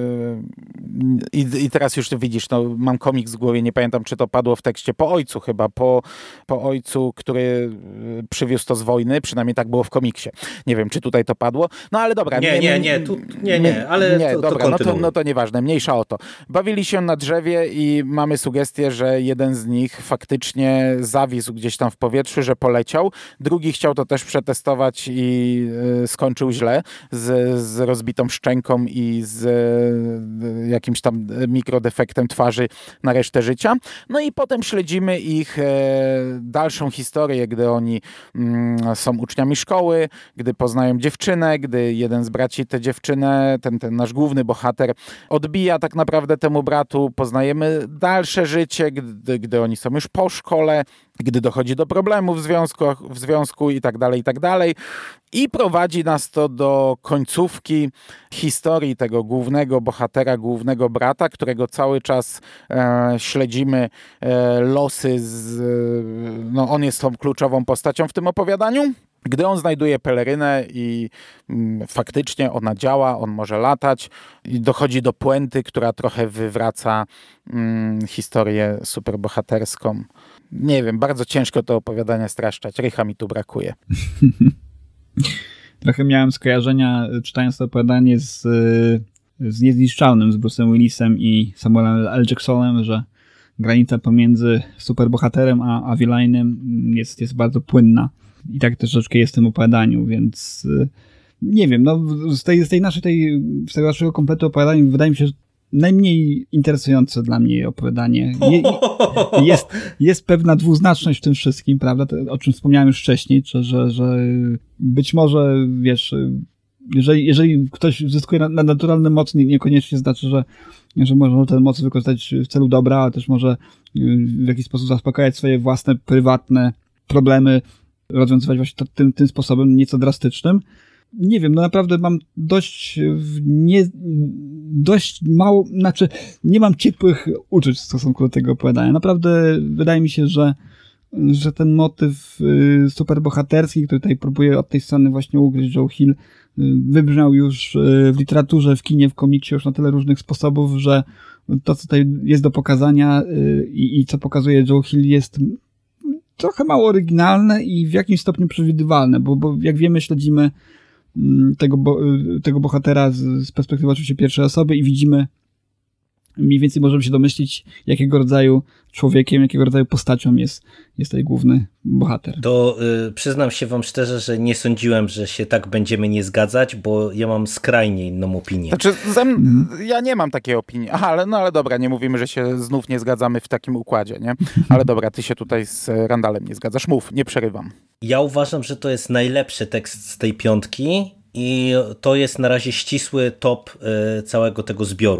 i, i teraz już widzisz, no, mam komiks w głowie, nie pamiętam, czy to padło w tekście, po ojcu chyba, po, po ojcu, który przywiózł to z wojny, przynajmniej tak było w komiksie. Nie wiem, czy tutaj to padło, no ale dobra.
Nie, nie, nie, tu, nie, nie, ale
nie,
to,
dobra,
to
no, to, no to nieważne, mniejsza o to. Bawili się na drzewie i mamy sugestię, że jeden z nich faktycznie zawisł gdzieś tam w powietrzu, że poleciał, drugi chciał to też przetestować i y, skończył źle, z, z rozbitą szczęką i z y, jakimś tam mikrodefektem twarzy na resztę życia. No i potem śledzimy ich e, dalszą historię, gdy oni mm, są uczniami szkoły, gdy poznają dziewczynę, gdy jeden z braci tę dziewczynę, ten, ten nasz główny bohater odbija tak naprawdę temu bratu. Poznajemy dalsze życie, gdy, gdy oni są już po szkole, gdy dochodzi do problemów w związku, w związku i tak dalej, i tak dalej. I prowadzi nas to do końcówki historii tego głównego bohatera, głównego brata, którego cały czas e, śledzimy e, losy z... No, on jest tą kluczową postacią w tym opowiadaniu. Gdy on znajduje pelerynę i mm, faktycznie ona działa, on może latać i dochodzi do puenty, która trochę wywraca mm, historię superbohaterską. Nie wiem, bardzo ciężko to opowiadanie streszczać. Rycha mi tu brakuje.
Trochę miałem skojarzenia, czytając to opowiadanie z, z Niezniszczalnym, z Bruce'em Willisem i Samuelem L. Jacksonem, że granica pomiędzy superbohaterem a, a villainem jest, jest bardzo płynna. I tak też troszeczkę jest w tym opowiadaniu, więc nie wiem, no z tej, z tej naszej, tej, z tego naszego kompletu opowiadania wydaje mi się, że najmniej interesujące dla mnie opowiadanie. Je, jest, jest pewna dwuznaczność w tym wszystkim, prawda, to, o czym wspomniałem już wcześniej, że, że, że być może, wiesz, jeżeli, jeżeli ktoś zyskuje na, na naturalne mocy, niekoniecznie znaczy, że, że może tę moc wykorzystać w celu dobra, ale też może w jakiś sposób zaspokajać swoje własne, prywatne problemy, rozwiązywać właśnie to, tym, tym sposobem nieco drastycznym. Nie wiem, no naprawdę mam dość nie, dość mało, znaczy nie mam ciepłych uczuć w stosunku do tego opowiadania. Naprawdę wydaje mi się, że, że ten motyw y, superbohaterski, który tutaj próbuje od tej strony właśnie ugryźć Joe Hill, y, wybrzmiał już y, w literaturze, w kinie, w komiksie już na tyle różnych sposobów, że to, co tutaj jest do pokazania y, i co pokazuje Joe Hill, jest trochę mało oryginalne i w jakimś stopniu przewidywalne, bo, bo jak wiemy, śledzimy tego, bo, tego bohatera z, z perspektywy oczywiście pierwszej osoby i widzimy, mniej więcej możemy się domyślić, jakiego rodzaju człowiekiem, jakiego rodzaju postacią jest, jest ten główny bohater.
To y, przyznam się wam szczerze, że nie sądziłem, że się tak będziemy nie zgadzać, bo ja mam skrajnie inną opinię.
Znaczy, zem, mm. ja nie mam takiej opinii. Aha, ale, no ale dobra, nie mówimy, że się znów nie zgadzamy w takim układzie, nie? Ale dobra, ty się tutaj z Randalem nie zgadzasz. Mów, nie przerywam.
Ja uważam, że to jest najlepszy tekst z tej piątki i to jest na razie ścisły top y, całego tego zbioru,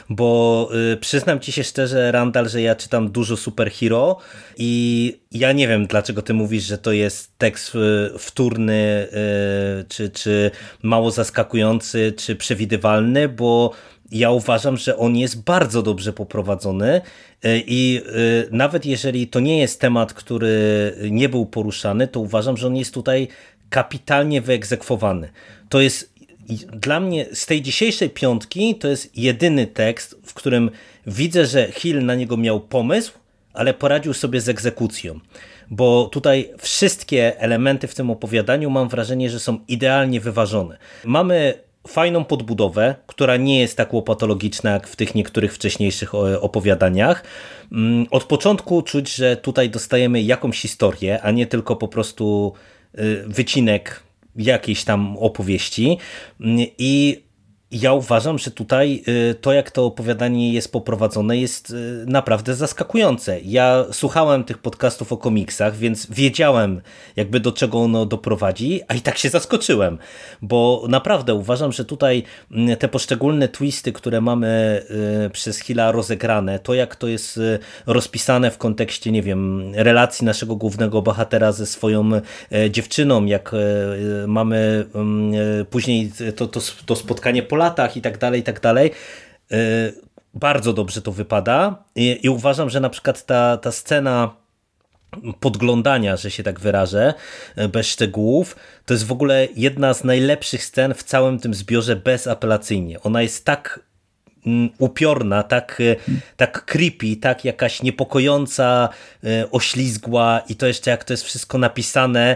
bo y, przyznam ci się szczerze, Randall, że ja czytam dużo superhero i ja nie wiem, dlaczego ty mówisz, że to jest tekst y, wtórny, y, czy, czy mało zaskakujący, czy przewidywalny, bo ja uważam, że on jest bardzo dobrze poprowadzony i nawet jeżeli to nie jest temat, który nie był poruszany, to uważam, że on jest tutaj kapitalnie wyegzekwowany. To jest dla mnie z tej dzisiejszej piątki to jest jedyny tekst, w którym widzę, że Hill na niego miał pomysł, ale poradził sobie z egzekucją. Bo tutaj wszystkie elementy w tym opowiadaniu mam wrażenie, że są idealnie wyważone. Mamy fajną podbudowę, która nie jest tak łopatologiczna jak w tych niektórych wcześniejszych opowiadaniach. Od początku czuć, że tutaj dostajemy jakąś historię, a nie tylko po prostu wycinek jakiejś tam opowieści. I ja uważam, że tutaj to, jak to opowiadanie jest poprowadzone, jest naprawdę zaskakujące. Ja słuchałem tych podcastów o komiksach, więc wiedziałem jakby do czego ono doprowadzi, a i tak się zaskoczyłem, bo naprawdę uważam, że tutaj te poszczególne twisty, które mamy przez Hilla rozegrane, to jak to jest rozpisane w kontekście, nie wiem, relacji naszego głównego bohatera ze swoją dziewczyną, jak mamy później to, to, to spotkanie po latach i tak dalej, i tak dalej. Bardzo dobrze to wypada i, i uważam, że na przykład ta, ta scena podglądania, że się tak wyrażę, bez szczegółów, to jest w ogóle jedna z najlepszych scen w całym tym zbiorze bezapelacyjnie. Ona jest tak upiorna, tak, tak creepy, tak jakaś niepokojąca, oślizgła i to jeszcze jak to jest wszystko napisane,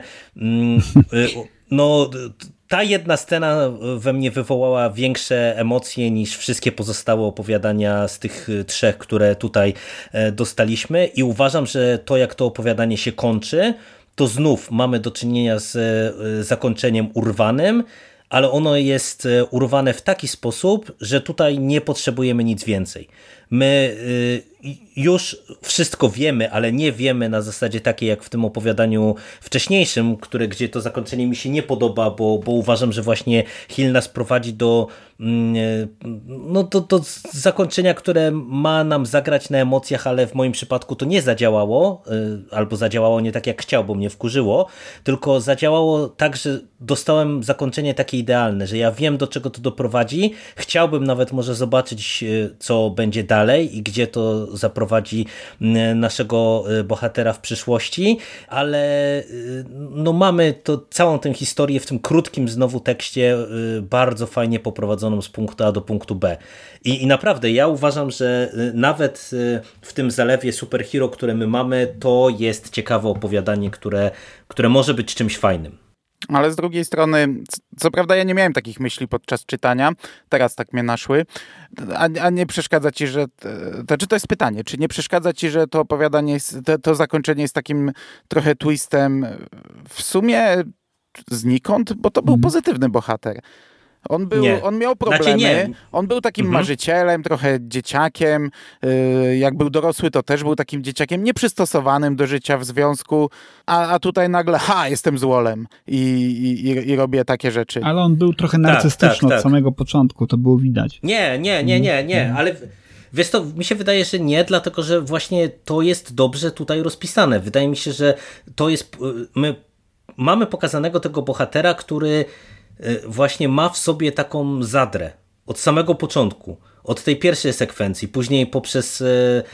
no ta jedna scena we mnie wywołała większe emocje niż wszystkie pozostałe opowiadania z tych trzech, które tutaj dostaliśmy i uważam, że to jak to opowiadanie się kończy, to znów mamy do czynienia z zakończeniem urwanym, ale ono jest urwane w taki sposób, że tutaj nie potrzebujemy nic więcej. My już wszystko wiemy, ale nie wiemy na zasadzie takiej jak w tym opowiadaniu wcześniejszym, które, gdzie to zakończenie mi się nie podoba, bo, bo uważam, że właśnie Hill nas prowadzi do, no, do, do zakończenia, które ma nam zagrać na emocjach, ale w moim przypadku to nie zadziałało, albo zadziałało nie tak jak chciał, bo mnie wkurzyło, tylko zadziałało tak, że dostałem zakończenie takie idealne, że ja wiem do czego to doprowadzi, chciałbym nawet może zobaczyć co będzie dalej i gdzie to zaprowadzi naszego bohatera w przyszłości, ale no mamy to całą tę historię w tym krótkim znowu tekście bardzo fajnie poprowadzoną z punktu A do punktu B. I, i naprawdę ja uważam, że nawet w tym zalewie superhero, które my mamy, to jest ciekawe opowiadanie, które, które może być czymś fajnym.
Ale z drugiej strony, co prawda ja nie miałem takich myśli podczas czytania, teraz tak mnie naszły, a, a nie przeszkadza ci, że, to, czy to jest pytanie, czy nie przeszkadza ci, że to opowiadanie, jest, to, to zakończenie jest takim trochę twistem w sumie znikąd, bo to był mm. pozytywny bohater. On, był, on miał problemy, znaczy nie. On był takim mhm. marzycielem, trochę dzieciakiem, yy, jak był dorosły to też był takim dzieciakiem nieprzystosowanym do życia w związku, a, a tutaj nagle ha, jestem złolem i, i, i robię takie rzeczy.
Ale on był trochę narcystyczny tak, tak, tak. od samego początku, to było widać.
Nie, nie, nie, nie, nie, ale wiesz to, mi się wydaje, że nie, dlatego że właśnie to jest dobrze tutaj rozpisane. Wydaje mi się, że to jest, my mamy pokazanego tego bohatera, który właśnie ma w sobie taką zadrę od samego początku, od tej pierwszej sekwencji, później poprzez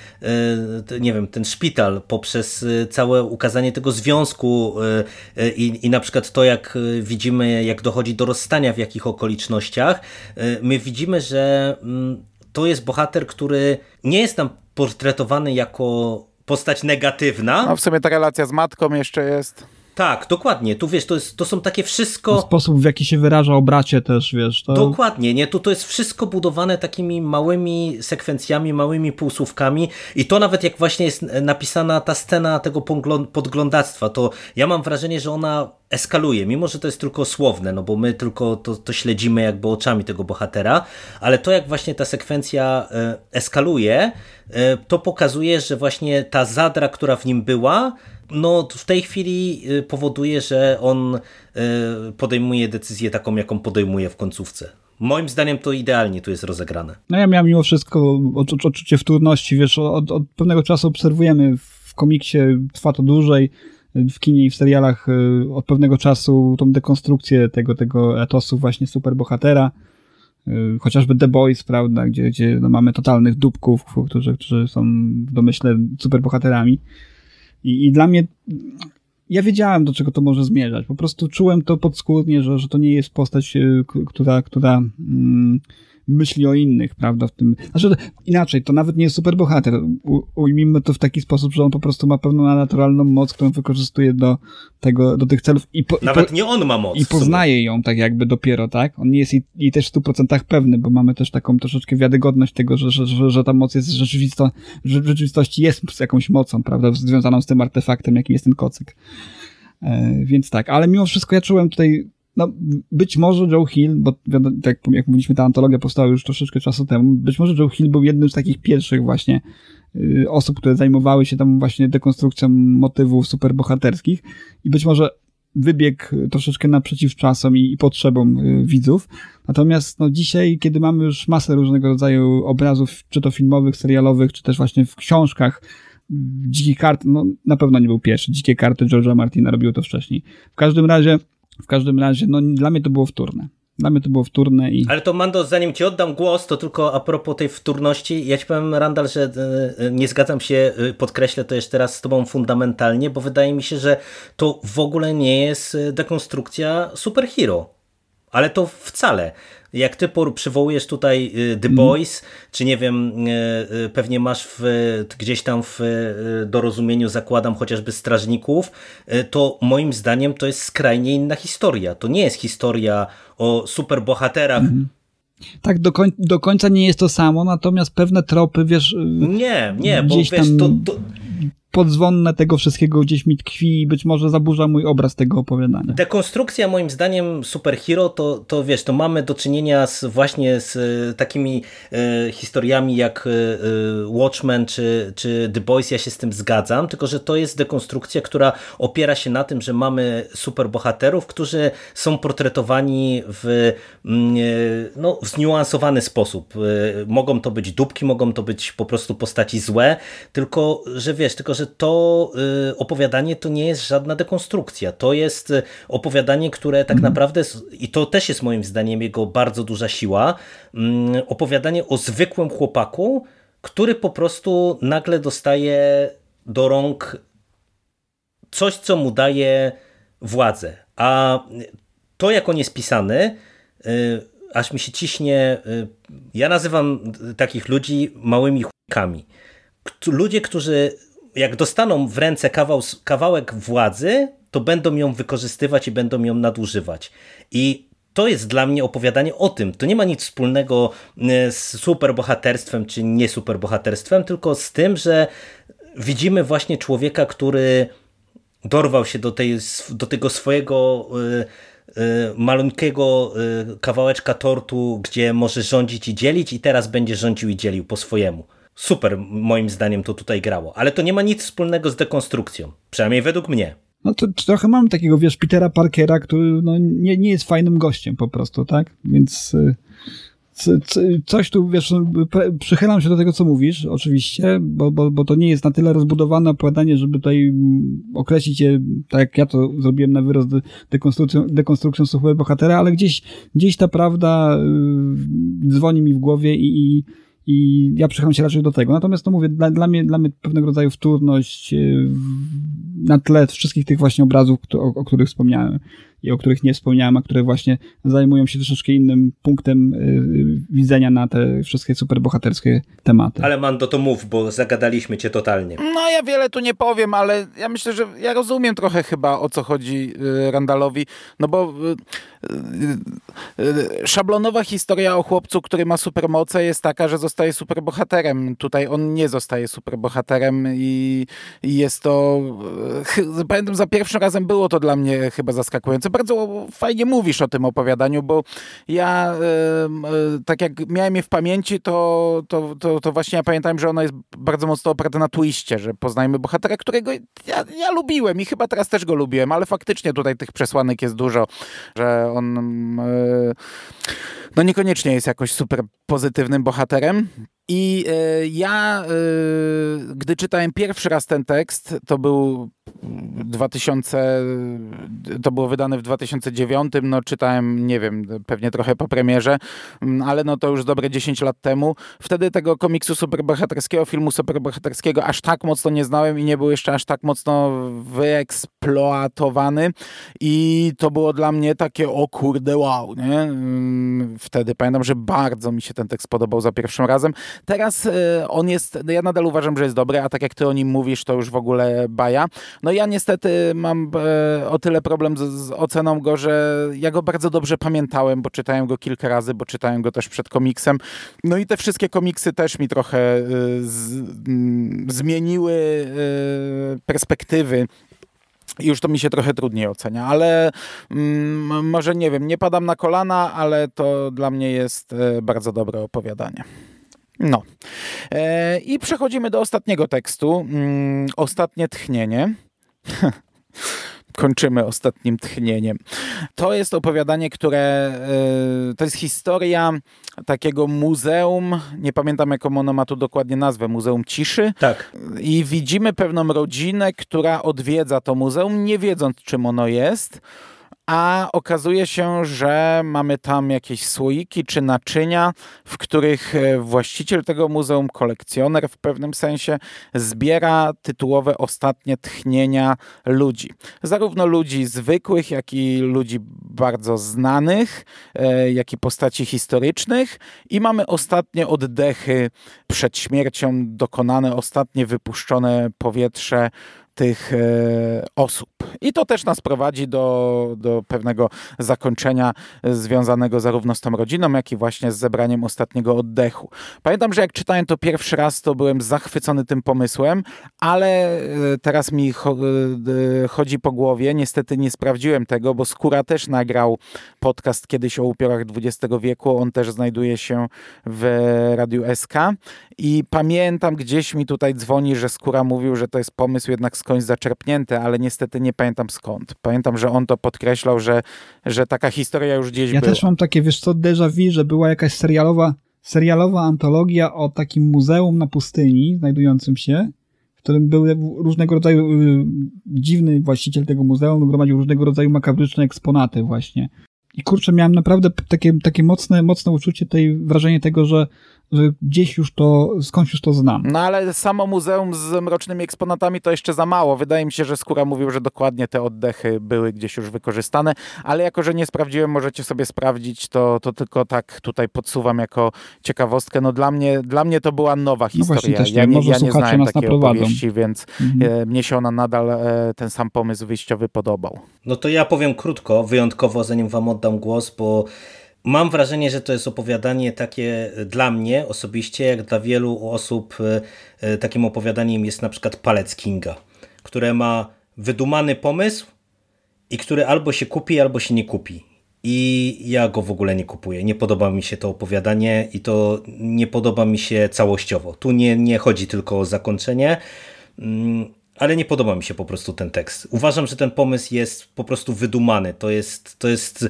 nie wiem, ten szpital, poprzez całe ukazanie tego związku i, i na przykład to jak widzimy, jak dochodzi do rozstania w jakich okolicznościach, my widzimy, że to jest bohater, który nie jest tam portretowany jako postać negatywna.
No w sumie ta relacja z matką jeszcze jest...
Tak, dokładnie. Tu wiesz, to, jest, to są takie wszystko...
No, sposób, w jaki się wyraża o bracie też, wiesz. To...
Dokładnie, nie? Tu to jest wszystko budowane takimi małymi sekwencjami, małymi półsłówkami i to nawet jak właśnie jest napisana ta scena tego podglądactwa, to ja mam wrażenie, że ona eskaluje, mimo że to jest tylko słowne, no bo my tylko to, to śledzimy jakby oczami tego bohatera, ale to jak właśnie ta sekwencja eskaluje, to pokazuje, że właśnie ta zadra, która w nim była, no w tej chwili powoduje, że on podejmuje decyzję taką, jaką podejmuje w końcówce. Moim zdaniem to idealnie tu jest rozegrane.
No ja miałem mimo wszystko odczucie wtórności, wiesz, od, od pewnego czasu obserwujemy w komiksie, trwa to dłużej, w kinie i w serialach od pewnego czasu tą dekonstrukcję tego, tego etosu właśnie superbohatera, chociażby The Boys, prawda, gdzie, gdzie no mamy totalnych dupków, którzy, którzy są w domyśle superbohaterami. I, I dla mnie, ja wiedziałem, do czego to może zmierzać. Po prostu czułem to podskórnie, że, że to nie jest postać, która, która mm, myśli o innych, prawda, w tym. Znaczy, inaczej, to nawet nie jest superbohater. U, ujmijmy to w taki sposób, że on po prostu ma pewną naturalną moc, którą wykorzystuje do tego, do tych celów. I po,
nawet
i po,
nie on ma moc.
I poznaje ją tak jakby dopiero, tak? On nie jest jej, jej też w stu procentach pewny, bo mamy też taką troszeczkę wiarygodność tego, że, że, że, że ta moc jest rzeczywista, że w rzeczywistości jest jakąś mocą, prawda, związaną z tym artefaktem, jakim jest ten kocyk. E, więc tak, ale mimo wszystko ja czułem tutaj no, być może Joe Hill, bo tak jak mówiliśmy, ta antologia powstała już troszeczkę czasu temu, być może Joe Hill był jednym z takich pierwszych właśnie y, osób, które zajmowały się tam właśnie dekonstrukcją motywów superbohaterskich i być może wybiegł troszeczkę naprzeciw czasom i, i potrzebom y, widzów. Natomiast no, dzisiaj, kiedy mamy już masę różnego rodzaju obrazów, czy to filmowych, serialowych, czy też właśnie w książkach, Dzikie karty, no na pewno nie był pierwszy. Dzikie karty George'a Martina robiło to wcześniej. W każdym razie, w każdym razie, no dla mnie to było wtórne. Dla mnie to było wtórne i...
Ale to Mando, zanim ci oddam głos, to tylko a propos tej wtórności, ja ci powiem, Randall, że y, nie zgadzam się, y, podkreślę to jeszcze raz z tobą fundamentalnie, bo wydaje mi się, że to w ogóle nie jest dekonstrukcja superhero. Ale to wcale. Jak ty przywołujesz tutaj The Boys, mm. czy nie wiem, pewnie masz w, gdzieś tam w dorozumieniu, zakładam, chociażby Strażników, to moim zdaniem to jest skrajnie inna historia. To nie jest historia o superbohaterach. Mm.
Tak, do, koń, do końca nie jest to samo, natomiast pewne tropy, wiesz...
Nie, nie, bo wiesz, to... to...
podzwonne tego wszystkiego gdzieś mi tkwi i być może zaburza mój obraz tego opowiadania.
Dekonstrukcja moim zdaniem superhero to, to wiesz, to mamy do czynienia z, właśnie z takimi e, historiami jak e, Watchmen czy, czy The Boys, ja się z tym zgadzam, tylko że to jest dekonstrukcja, która opiera się na tym, że mamy superbohaterów, którzy są portretowani w, no, w zniuansowany sposób. E, mogą to być dupki, mogą to być po prostu postaci złe, tylko że wiesz, tylko że to y, opowiadanie to nie jest żadna dekonstrukcja. To jest y, opowiadanie, które tak mm. naprawdę, i to też jest moim zdaniem jego bardzo duża siła, y, opowiadanie o zwykłym chłopaku, który po prostu nagle dostaje do rąk coś, co mu daje władzę. A to, jak on jest pisany, y, aż mi się ciśnie, y, ja nazywam takich ludzi małymi chłopakami. Ludzie, którzy jak dostaną w ręce kawał, kawałek władzy, to będą ją wykorzystywać i będą ją nadużywać. I to jest dla mnie opowiadanie o tym. To nie ma nic wspólnego z superbohaterstwem czy nie superbohaterstwem, tylko z tym, że widzimy właśnie człowieka, który dorwał się do, tej, do tego swojego y, y, malutkiego y, kawałeczka tortu, gdzie może rządzić i dzielić i teraz będzie rządził i dzielił po swojemu. Super, moim zdaniem to tutaj grało. Ale to nie ma nic wspólnego z dekonstrukcją. Przynajmniej według mnie.
No to trochę mam takiego, wiesz, Petera Parkera, który no, nie, nie jest fajnym gościem po prostu, tak? Więc c, c, coś tu, wiesz, przychylam się do tego, co mówisz, oczywiście, bo, bo, bo to nie jest na tyle rozbudowane opowiadanie, żeby tutaj określić je, tak jak ja to zrobiłem na wyrost, dekonstrukcją, dekonstrukcją suchego bohatera, ale gdzieś, gdzieś ta prawda dzwoni mi w głowie i, i I ja przychylam się raczej do tego. Natomiast no mówię, dla, dla, mnie, dla mnie pewnego rodzaju wtórność na tle wszystkich tych właśnie obrazów, o, o których wspomniałem i o których nie wspomniałem, a które właśnie zajmują się troszeczkę innym punktem y, widzenia na te wszystkie superbohaterskie tematy.
Ale Mando, to mów, bo zagadaliśmy cię totalnie.
No ja wiele tu nie powiem, ale ja myślę, że ja rozumiem trochę chyba, o co chodzi y, Randallowi, no bo y, y, y, szablonowa historia o chłopcu, który ma supermoce, jest taka, że zostaje superbohaterem. Tutaj on nie zostaje superbohaterem i, i jest to... Y, pamiętam, za pierwszym razem było to dla mnie chyba zaskakujące. Bardzo fajnie mówisz o tym opowiadaniu, bo ja y, y, tak jak miałem je w pamięci, to, to, to, to właśnie ja pamiętałem, że ona jest bardzo mocno oparta na twiście, że poznajemy bohatera, którego ja, ja lubiłem i chyba teraz też go lubiłem, ale faktycznie tutaj tych przesłanek jest dużo, że on y, no niekoniecznie jest jakoś super pozytywnym bohaterem. I y, ja, y, gdy czytałem pierwszy raz ten tekst, to był dwa tysiące, to było wydane w dwa tysiące dziewiątym, no czytałem, nie wiem, pewnie trochę po premierze, ale no to już dobre dziesięć lat temu. Wtedy tego komiksu superbohaterskiego, filmu superbohaterskiego aż tak mocno nie znałem i nie był jeszcze aż tak mocno wyeksploatowany i to było dla mnie takie, o kurde, wow, nie? Wtedy pamiętam, że bardzo mi się ten tekst podobał za pierwszym razem. Teraz y, on jest, ja nadal uważam, że jest dobry, a tak jak ty o nim mówisz, to już w ogóle baja. No ja niestety mam e, o tyle problem z, z oceną go, że ja go bardzo dobrze pamiętałem, bo czytałem go kilka razy, bo czytałem go też przed komiksem. No i te wszystkie komiksy też mi trochę e, z, m, zmieniły e, perspektywy już to mi się trochę trudniej ocenia, ale mm, może nie wiem, nie padam na kolana, ale to dla mnie jest e, bardzo dobre opowiadanie. No. E, I przechodzimy do ostatniego tekstu. Mm, ostatnie tchnienie. Kończymy ostatnim tchnieniem. To jest opowiadanie, które y, to jest historia takiego muzeum, nie pamiętam jaką ono ma tu dokładnie nazwę, Muzeum Ciszy.
Tak.
I widzimy pewną rodzinę, która odwiedza to muzeum, nie wiedząc czym ono jest, a okazuje się, że mamy tam jakieś słoiki czy naczynia, w których właściciel tego muzeum, kolekcjoner w pewnym sensie, zbiera tytułowe ostatnie tchnienia ludzi. Zarówno ludzi zwykłych, jak i ludzi bardzo znanych, jak i postaci historycznych. I mamy ostatnie oddechy przed śmiercią dokonane, ostatnie wypuszczone powietrze tych e, osób. I to też nas prowadzi do, do pewnego zakończenia związanego zarówno z tą rodziną, jak i właśnie z zebraniem ostatniego oddechu. Pamiętam, że jak czytałem to pierwszy raz, to byłem zachwycony tym pomysłem, ale e, teraz mi cho, e, chodzi po głowie. Niestety nie sprawdziłem tego, bo Skóra też nagrał podcast kiedyś o upiorach dwudziestego wieku. On też znajduje się w Radiu S K. I pamiętam, gdzieś mi tutaj dzwoni, że Skóra mówił, że to jest pomysł jednak skądś zaczerpnięty, ale niestety nie pamiętam skąd. Pamiętam, że on to podkreślał, że, że taka historia już gdzieś
ja
była.
Ja też mam takie, wiesz co, déjà vu, że była jakaś serialowa, serialowa antologia o takim muzeum na pustyni znajdującym się, w którym były różnego rodzaju, y, dziwny właściciel tego muzeum gromadził różnego rodzaju makabryczne eksponaty właśnie. I kurczę, miałem naprawdę takie, takie mocne, mocne uczucie, tej, wrażenie tego, że że gdzieś już to, skądś już to znam.
No ale samo muzeum z mrocznymi eksponatami to jeszcze za mało. Wydaje mi się, że Skóra mówił, że dokładnie te oddechy były gdzieś już wykorzystane, ale jako, że nie sprawdziłem, możecie sobie sprawdzić, to, to tylko tak tutaj podsuwam jako ciekawostkę. No dla mnie, dla mnie to była nowa historia.
No
ja nie, ja nie znałem takiej
naprowadzą.
opowieści, więc mhm. e, mnie się ona nadal, e, ten sam pomysł wyjściowy podobał.
No to ja powiem krótko, wyjątkowo, zanim wam oddam głos, bo mam wrażenie, że to jest opowiadanie takie dla mnie osobiście, jak dla wielu osób takim opowiadaniem jest na przykład Palec Kinga, które ma wydumany pomysł i który albo się kupi, albo się nie kupi. I ja go w ogóle nie kupuję. Nie podoba mi się to opowiadanie i to nie podoba mi się całościowo. Tu nie, nie chodzi tylko o zakończenie, ale nie podoba mi się po prostu ten tekst. Uważam, że ten pomysł jest po prostu wydumany. To jest... To jest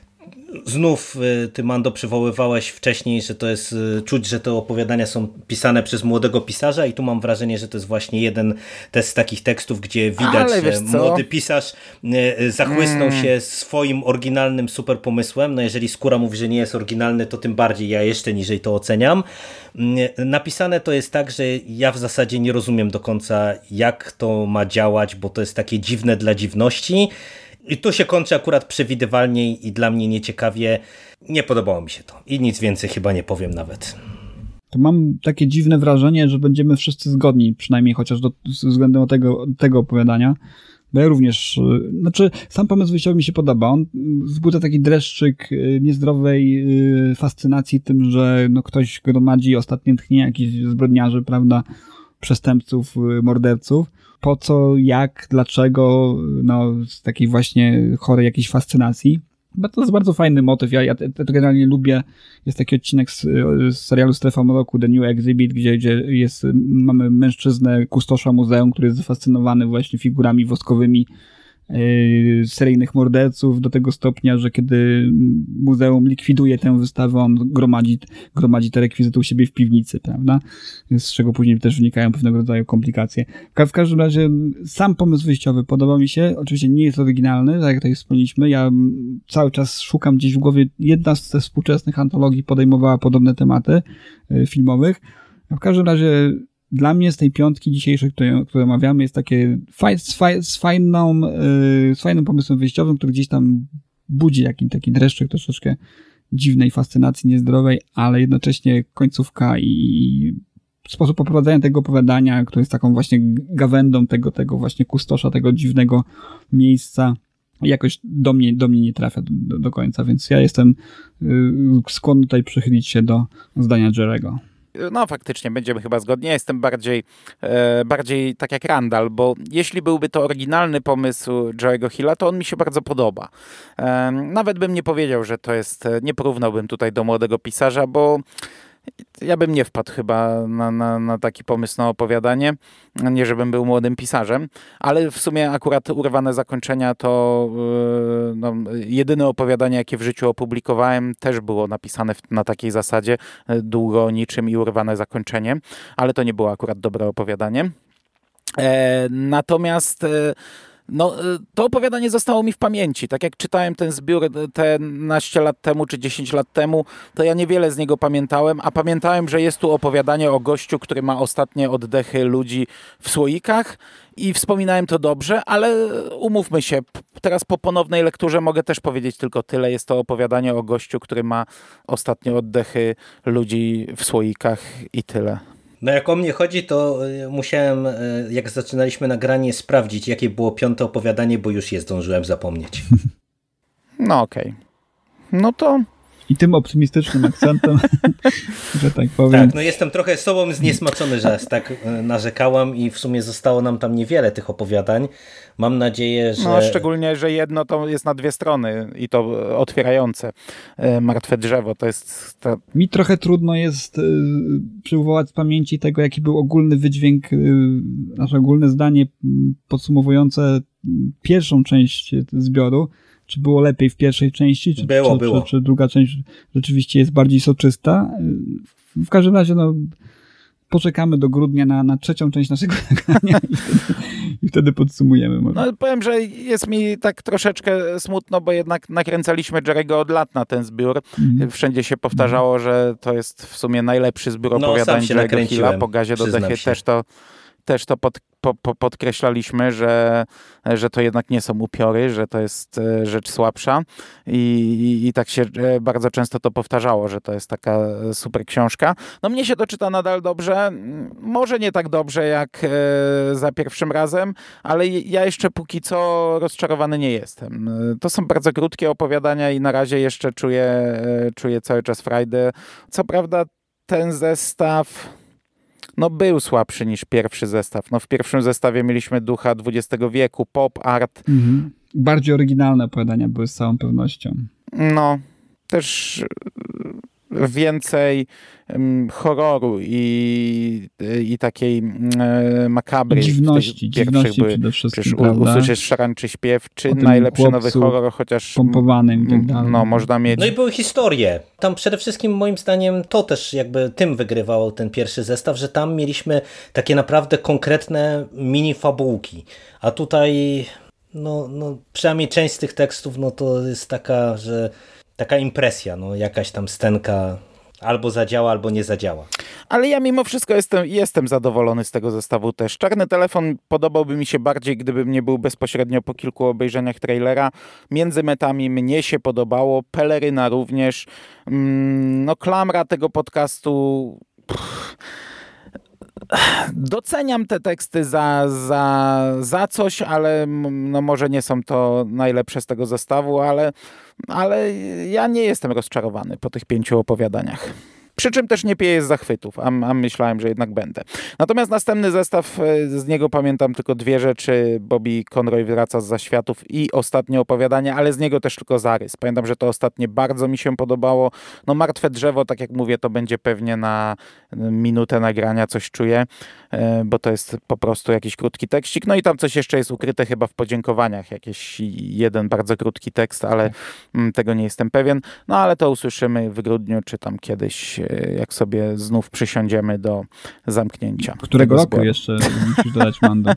Znów ty, Mando, przywoływałeś wcześniej, że to jest, czuć, że te opowiadania są pisane przez młodego pisarza i tu mam wrażenie, że to jest właśnie jeden z takich tekstów, gdzie widać, że młody pisarz zachłysnął mm. się swoim oryginalnym super pomysłem. No jeżeli Skóra mówi, że nie jest oryginalny, to tym bardziej ja jeszcze niżej to oceniam. Napisane to jest tak, że ja w zasadzie nie rozumiem do końca, jak to ma działać, bo to jest takie dziwne dla dziwności. I tu się kończy akurat przewidywalnie i dla mnie nieciekawie. Nie podobało mi się to. I nic więcej chyba nie powiem nawet.
To mam takie dziwne wrażenie, że będziemy wszyscy zgodni, przynajmniej chociaż do, względem tego, tego opowiadania. Bo ja również, znaczy sam pomysł wyjściowy mi się podoba. On wzbudza taki dreszczyk niezdrowej fascynacji tym, że no ktoś gromadzi ostatnie tchnienia jakichś zbrodniarzy, prawda, przestępców, morderców. Po co, jak, dlaczego, no z takiej właśnie chorej jakiejś fascynacji. Bo to jest bardzo fajny motyw. Ja, ja to generalnie lubię. Jest taki odcinek z, z serialu Strefa Mroku, The New Exhibit, gdzie, gdzie jest, mamy mężczyznę, kustosza muzeum, który jest zafascynowany właśnie figurami woskowymi yy, seryjnych morderców do tego stopnia, że kiedy muzeum likwiduje tę wystawę, on gromadzi, gromadzi te rekwizyty u siebie w piwnicy, prawda? Z czego później też wynikają pewnego rodzaju komplikacje. W, w każdym razie sam pomysł wyjściowy podoba mi się. Oczywiście nie jest oryginalny, tak jak tutaj wspomnieliśmy. Ja cały czas szukam gdzieś w głowie. Jedna z tych współczesnych antologii podejmowała podobne tematy y, filmowych. W każdym razie dla mnie z tej piątki dzisiejszej, której, której omawiamy, jest takie faj, z, faj, z, fajną, yy, z fajnym pomysłem wyjściowym, który gdzieś tam budzi jakiś taki dreszczyk troszeczkę dziwnej fascynacji niezdrowej, ale jednocześnie końcówka i sposób poprowadzenia tego opowiadania, który jest taką właśnie gawędą tego, tego właśnie kustosza, tego dziwnego miejsca, jakoś do mnie, do mnie nie trafia do, do, do końca, więc ja jestem yy, skłonny tutaj przychylić się do zdania Jerego.
no faktycznie będziemy chyba zgodni. Ja jestem bardziej, e, bardziej tak jak Randall, bo jeśli byłby to oryginalny pomysł Joe'ego Hilla, to on mi się bardzo podoba. E, nawet bym nie powiedział, że to jest, nie porównałbym tutaj do Młodego Pisarza, bo ja bym nie wpadł chyba na, na, na taki pomysł na opowiadanie, nie żebym był Młodym Pisarzem, ale w sumie akurat Urwane Zakończenia to yy, no, jedyne opowiadanie, jakie w życiu opublikowałem, też było napisane w, na takiej zasadzie, długo o niczym i Urwane Zakończenie, ale to nie było akurat dobre opowiadanie. E, natomiast e, No, to opowiadanie zostało mi w pamięci. Tak jak czytałem ten zbiór te naście lat temu czy dziesięć lat temu, to ja niewiele z niego pamiętałem, a pamiętałem, że jest tu opowiadanie o gościu, który ma ostatnie oddechy ludzi w słoikach i wspominałem to dobrze, ale umówmy się, teraz po ponownej lekturze mogę też powiedzieć tylko tyle. Jest to opowiadanie o gościu, który ma ostatnie oddechy ludzi w słoikach i tyle.
No jak o mnie chodzi, to musiałem, jak zaczynaliśmy nagranie, sprawdzić, jakie było piąte opowiadanie, bo już je zdążyłem zapomnieć.
No okej. Okay. No to...
I tym optymistycznym akcentem, że tak powiem.
Tak, no jestem trochę sobą zniesmaczony, że tak narzekałem i w sumie zostało nam tam niewiele tych opowiadań. Mam nadzieję, że...
No szczególnie, że jedno to jest na dwie strony i to otwierające. Martwe drzewo to jest... To...
Mi trochę trudno jest y, przywołać z pamięci tego, jaki był ogólny wydźwięk, y, nasze ogólne zdanie podsumowujące pierwszą część zbioru. Czy było lepiej w pierwszej części, czy,
było,
czy,
było.
Czy, czy druga część rzeczywiście jest bardziej soczysta. W każdym razie no, poczekamy do grudnia na, na trzecią część naszego nagrania i wtedy, i wtedy podsumujemy. Może.
No powiem, że jest mi tak troszeczkę smutno, bo jednak nakręcaliśmy Jerry'ego od lat na ten zbiór. Mm. Wszędzie się powtarzało, mm. że to jest w sumie najlepszy zbiór
no,
opowiadań Jerry'ego Hilla. Po Gazie do Dechy też to też to pod, po, po, podkreślaliśmy, że, że to jednak nie są upiory, że to jest rzecz słabsza i, i, i tak się bardzo często to powtarzało, że to jest taka super książka. No mnie się to czyta nadal dobrze, może nie tak dobrze jak e, za pierwszym razem, ale ja jeszcze póki co rozczarowany nie jestem. To są bardzo krótkie opowiadania i na razie jeszcze czuję, e, czuję cały czas frajdę. Co prawda ten zestaw no był słabszy niż pierwszy zestaw. No w pierwszym zestawie mieliśmy ducha dwudziestego wieku, pop art. Mhm.
Bardziej oryginalne opowiadania były z całą pewnością.
No, też więcej um, horroru i, i takiej um, makabry.
Dziwności, dziwności
były,
przede wszystkim, prawda?
Usłyszeć szarańczy śpiew, czy najlepszy nowy horror, chociaż
pompowanym i tak dalej.
No, można mieć...
No i były historie. Tam przede wszystkim moim zdaniem to też jakby tym wygrywał ten pierwszy zestaw, że tam mieliśmy takie naprawdę konkretne mini fabułki. A tutaj no, no przynajmniej część z tych tekstów no to jest taka, że taka impresja, no jakaś tam scenka albo zadziała, albo nie zadziała.
Ale ja mimo wszystko jestem, jestem zadowolony z tego zestawu też. Czarny telefon podobałby mi się bardziej, gdybym nie był bezpośrednio po kilku obejrzeniach trailera. Między metami mnie się podobało, Peleryna również. No klamra tego podcastu... Pff. Doceniam te teksty za, za, za coś, ale no może nie są to najlepsze z tego zestawu, ale, ale ja nie jestem rozczarowany po tych pięciu opowiadaniach. Przy czym też nie pieję z zachwytów, a, a myślałem, że jednak będę. Natomiast następny zestaw, z niego pamiętam tylko dwie rzeczy. Bobby Conroy wraca z zaświatów i ostatnie opowiadanie, ale z niego też tylko zarys. Pamiętam, że to ostatnie bardzo mi się podobało. No Martwe drzewo, tak jak mówię, to będzie pewnie na minutę nagrania, coś czuję, bo to jest po prostu jakiś krótki tekstik. No i tam coś jeszcze jest ukryte chyba w podziękowaniach. Jakiś jeden bardzo krótki tekst, ale tego nie jestem pewien. No ale to usłyszymy w grudniu, czy tam kiedyś, jak sobie znów przysiądziemy do zamknięcia.
Którego roku zbioru. Jeszcze musisz dodać mandat.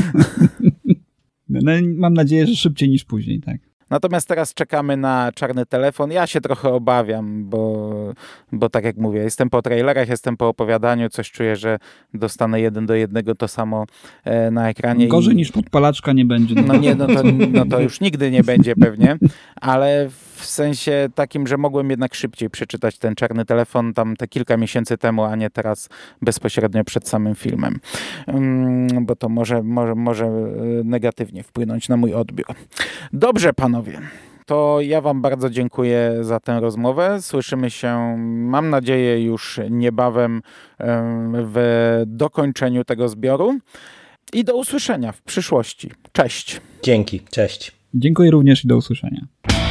No, mam nadzieję, że szybciej niż później, tak.
Natomiast teraz czekamy na Czarny telefon. Ja się trochę obawiam, bo, bo tak jak mówię, jestem po trailerach, jestem po opowiadaniu, coś czuję, że dostanę jeden do jednego to samo na ekranie.
Gorzej
i...
niż Podpalaczka nie będzie.
No nie, no to, no to już nigdy nie będzie pewnie, ale w sensie takim, że mogłem jednak szybciej przeczytać ten Czarny telefon tam te kilka miesięcy temu, a nie teraz bezpośrednio przed samym filmem. Um, bo to może, może, może negatywnie wpłynąć na mój odbiór. Dobrze, panowie. to ja wam bardzo dziękuję za tę rozmowę. Słyszymy się, mam nadzieję, już niebawem w dokończeniu tego zbioru i do usłyszenia w przyszłości. Cześć.
Dzięki, cześć.
Dziękuję również i do usłyszenia.